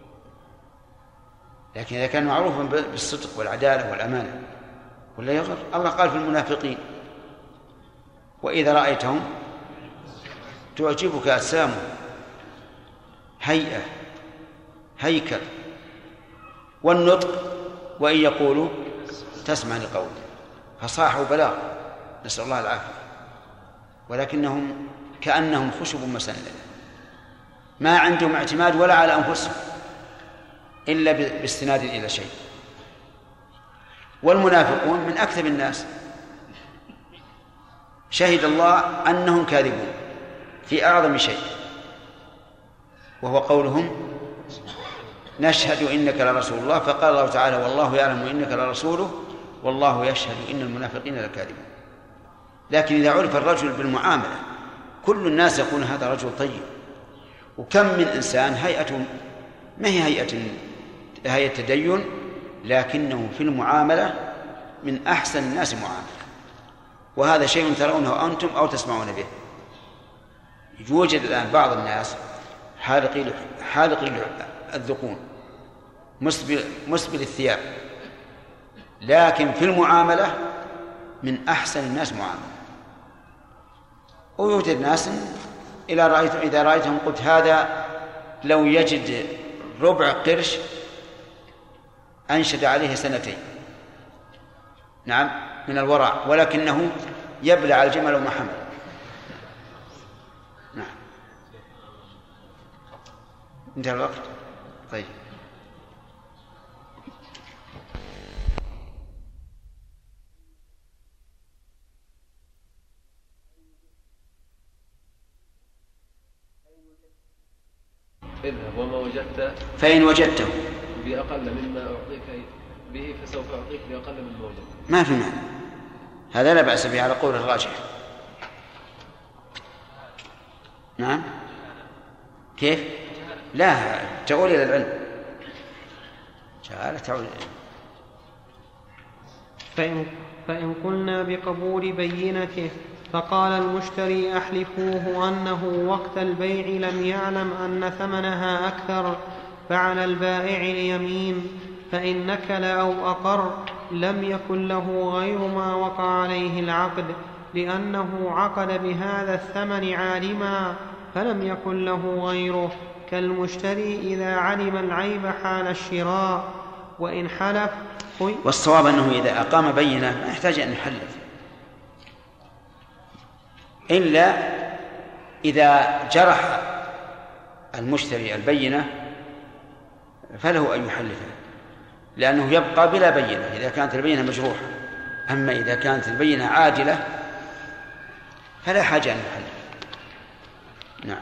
لكن إذا كان معروفا بالصدق والعدالة والأمانة ولا يغر. الله قال في المنافقين: وإذا رأيتهم تعجبك أجسامهم، هيئة، هيكل، والنطق، وإن يقولوا تسمع لقول، فصاحوا بلاغ، نسأل الله العافية، ولكنهم كأنهم خشب مسندة، ما عندهم اعتماد ولا على أنفسهم إلا باستناد إلى شيء. والمنافقون من أكثر الناس، شهد الله أنهم كاذبون في أعظم شيء، وهو قولهم: نشهد إنك لرسول الله، فقال الله تعالى: والله يعلم إنك لرسوله والله يشهد إن المنافقين لكاذبون. لكن إذا عرف الرجل بالمعاملة كل الناس يقول هذا رجل طيب. وكم من إنسان هيئة ما هي هيئة هيئة تدين، لكنه في المعاملة من أحسن الناس معاملة، وهذا شيء ترونه أنتم أو تسمعون به. يوجد الآن بعض الناس حالقي حالقي الذقون، مسبل مسبل الثياب، لكن في المعاملة من أحسن الناس معاملة. ويوجد ناس إذا رأيتم إذا رأيتهم قلت هذا لو يجد ربع قرش أنشد عليه سنتين، نعم، من الورع، ولكنه يبلع الجمل وما حمل. نعم، انتهى الوقت. طيب، اذهب وما وجدت فإن وجدته بأقل مما أعطيك به فسوف أعطيك بأقل مما وجدت. ما في معنى هذا، لا بأس به على قول الراجح. نعم، كيف؟ لا، تعود إلى العلم، جعل تعود. فإن, فإن قلنا بقبول بينته فقال المشتري: أحلفوه أنه وقت البيع لم يعلم أن ثمنها أكثر، فعلى البائع اليمين، فإن نكل أو أقر لم يكن له غير ما وقع عليه العقد، لأنه عقد بهذا الثمن عالما فلم يكن له غيره، كالمشتري إذا علم العيب حال الشراء. وإن حلف. والصواب أنه إذا أقام بينة ما يحتاج أن يحلف، إلا إذا جرح المشتري البينة فله أن يحلفها، لأنه يبقى بلا بينة إذا كانت البينة مجروحة. أما إذا كانت البينة عادلة فلا حاجة أن يحلف. نعم.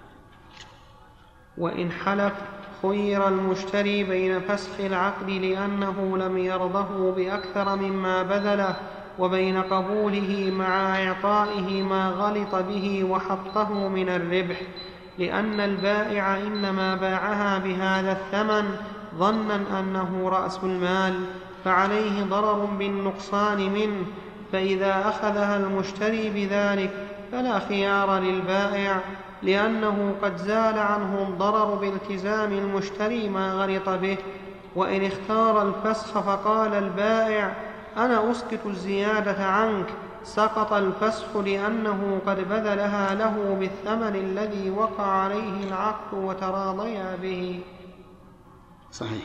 وإن حلف خير المشتري بين فسخ العقد لأنه لم يرضه بأكثر مما بذله، وبين قبوله مع إعطائه ما غلط به وحطه من الربح، لأن البائع إنما باعها بهذا الثمن ظنا أنه رأس المال، فعليه ضرر بالنقصان منه، فإذا أخذها المشتري بذلك فلا خيار للبائع، لأنه قد زال عنه الضرر بالتزام المشتري ما غلط به. وإن اختار الفسخ فقال البائع: أنا أسقط الزيادة عنك، سقط الفسخ لأنه قد بذلها له بالثمن الذي وقع عليه العقد وتراضيا به. صحيح.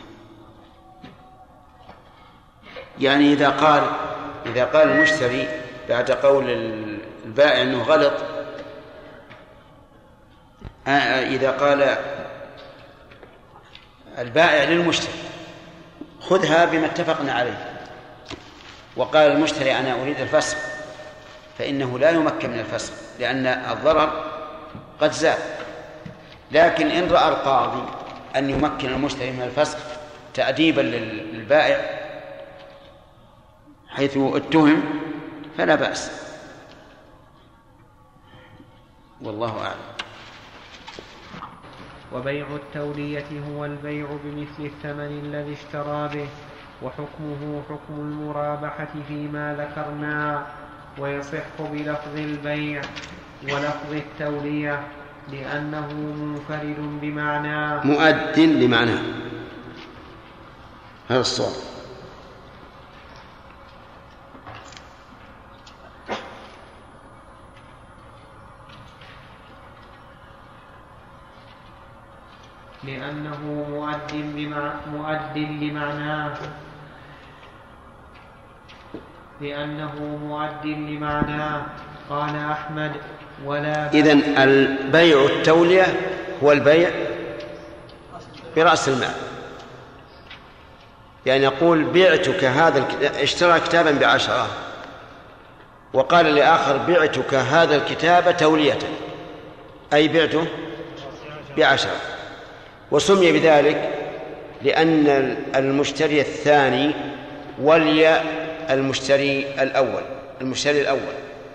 يعني إذا قال إذا قال المشتري بعد قول البائع أنه غلط، إذا قال البائع للمشتري: خذها بما اتفقنا عليه، وقال المشتري: أنا أريد الفسخ، فإنه لا يمكن من الفسخ لأن الضرر قد زال. لكن إن رأى القاضي أن يمكن المشتري من الفسخ تأديبا للبائع حيث اتهم فلا بأس، والله أعلم. وبيع التولية هو البيع بمثل الثمن الذي اشترى به، وحكمه حكم المرابحة فيما ذكرنا، ويصح بلفظ البيع ولفظ التولية لأنه منفرد بمعناه مؤد لمعناه. هذا الصواب. لأنه مؤد مؤد لمعناه لأنه مؤد لمعناه قال أحمد ولا. إذن البيع التولية هو البيع برأس المال، يعني يقول بعتك هذا الكتاب، اشترى كتابا بعشرة وقال لآخر بعتك هذا الكتاب تولية، أي بعته بعشرة، وسمي بذلك لأن المشتري الثاني ولي المشتري الأول المشتري الأول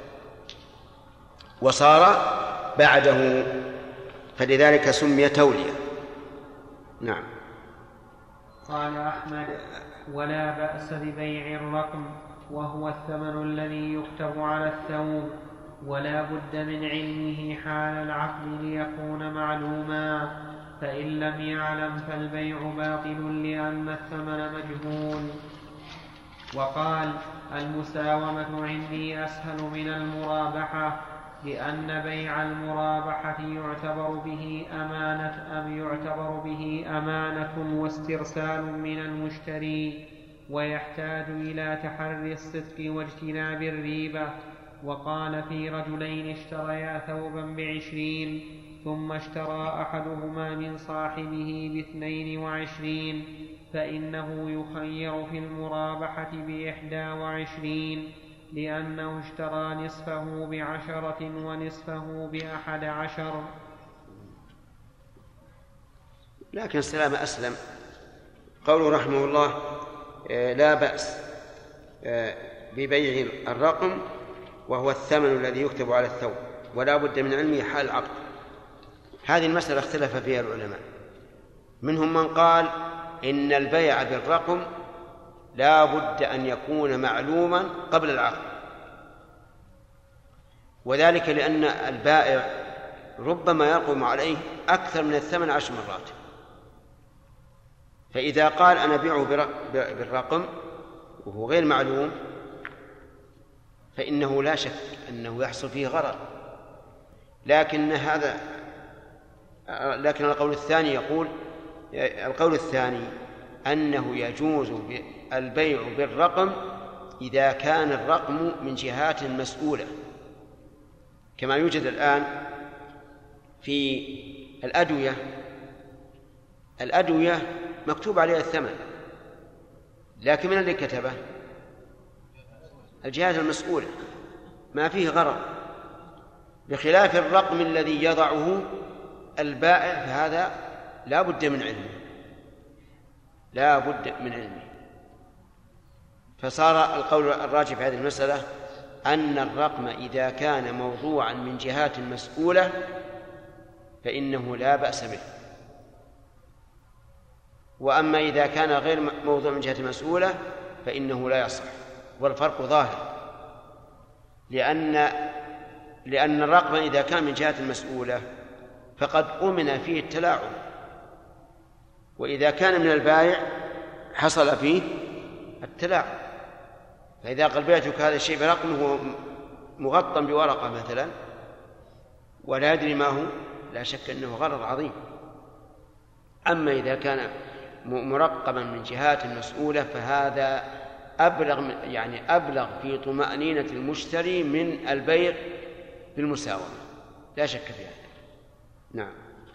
وصار بعده، فلذلك سمي تولية. نعم. قال أحمد ولا بأس ببيع الرقم وهو الثمن الذي يكتب على الثوب، ولا بد من علمه حال العقد ليكون معلوما، فإن لم يعلم فالبيع باطل لأن الثمن مجهول. وقال المساومة عندي أسهل من المرابحة، لأن بيع المرابحة يعتبر به أمانة أم يعتبر به أمانة واسترسال من المشتري، ويحتاج إلى تحري الصدق واجتناب الريبة. وقال في رجلين اشتريا ثوبا بعشرين ثم اشترى أحدهما من صاحبه باثنين وعشرين، فإنه يخير في المرابحة بإحدى وعشرين، لأنه اشترى نصفه بعشرة ونصفه بأحد عشر. لكن السلام أسلم. قوله رحمه الله لا بأس ببيع الرقم وهو الثمن الذي يكتب على الثوب، ولا بد من علمه حال العقد. هذه المسألة اختلف فيها العلماء، منهم من قال إن البيع بالرقم لا بد أن يكون معلوما قبل العقد، وذلك لأن البائع ربما يقوم عليه أكثر من الثمن عشر مرات، فإذا قال أنا بيعه بالرقم وهو غير معلوم فإنه لا شك أنه يحصل فيه غرر. لكن هذا لكن القول الثاني يقول القول الثاني أنه يجوز البيع بالرقم إذا كان الرقم من جهات مسؤولة، كما يوجد الآن في الأدوية. الأدوية مكتوب عليها الثمن، لكن من الذي كتبه؟ الجهات المسؤولة، ما فيه غرر، بخلاف الرقم الذي يضعه البائع، فهذا لا بد من علمه لا بد من علمه فصار القول الراجح في هذه المسألة أن الرقم إذا كان موضوعا من جهات مسؤولة فإنه لا بأس به، وأما إذا كان غير موضوع من جهة مسؤولة فإنه لا يصح. والفرق ظاهر، لأن لأن الرقم إذا كان من جهة المسؤولة فقد أمن فيه التلاعب، وإذا كان من البائع حصل فيه التلاعب. فإذا قال بعتك هذا الشيء برقم هو مغطى بورقة مثلا ولا يدري ما هو، لا شك أنه غرر عظيم. أما إذا كان مرقما من جهات مسؤولة فهذا أبلغ يعني أبلغ في طمأنينة المشتري من البيع بالمساومة، لا شك في هذا. نعم.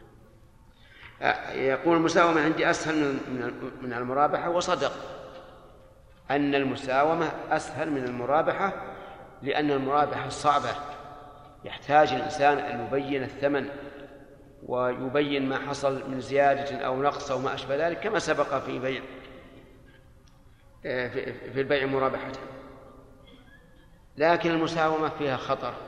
يقول المساومة عندي أسهل من المرابحة، وصدق أن المساومة أسهل من المرابحة، لأن المرابحة صعبة، يحتاج الإنسان أن يبين الثمن ويبين ما حصل من زيادة أو نقص أو ما أشبه ذلك، كما سبق في بيع في البيع مرابحة. لكن المساومة فيها خطر،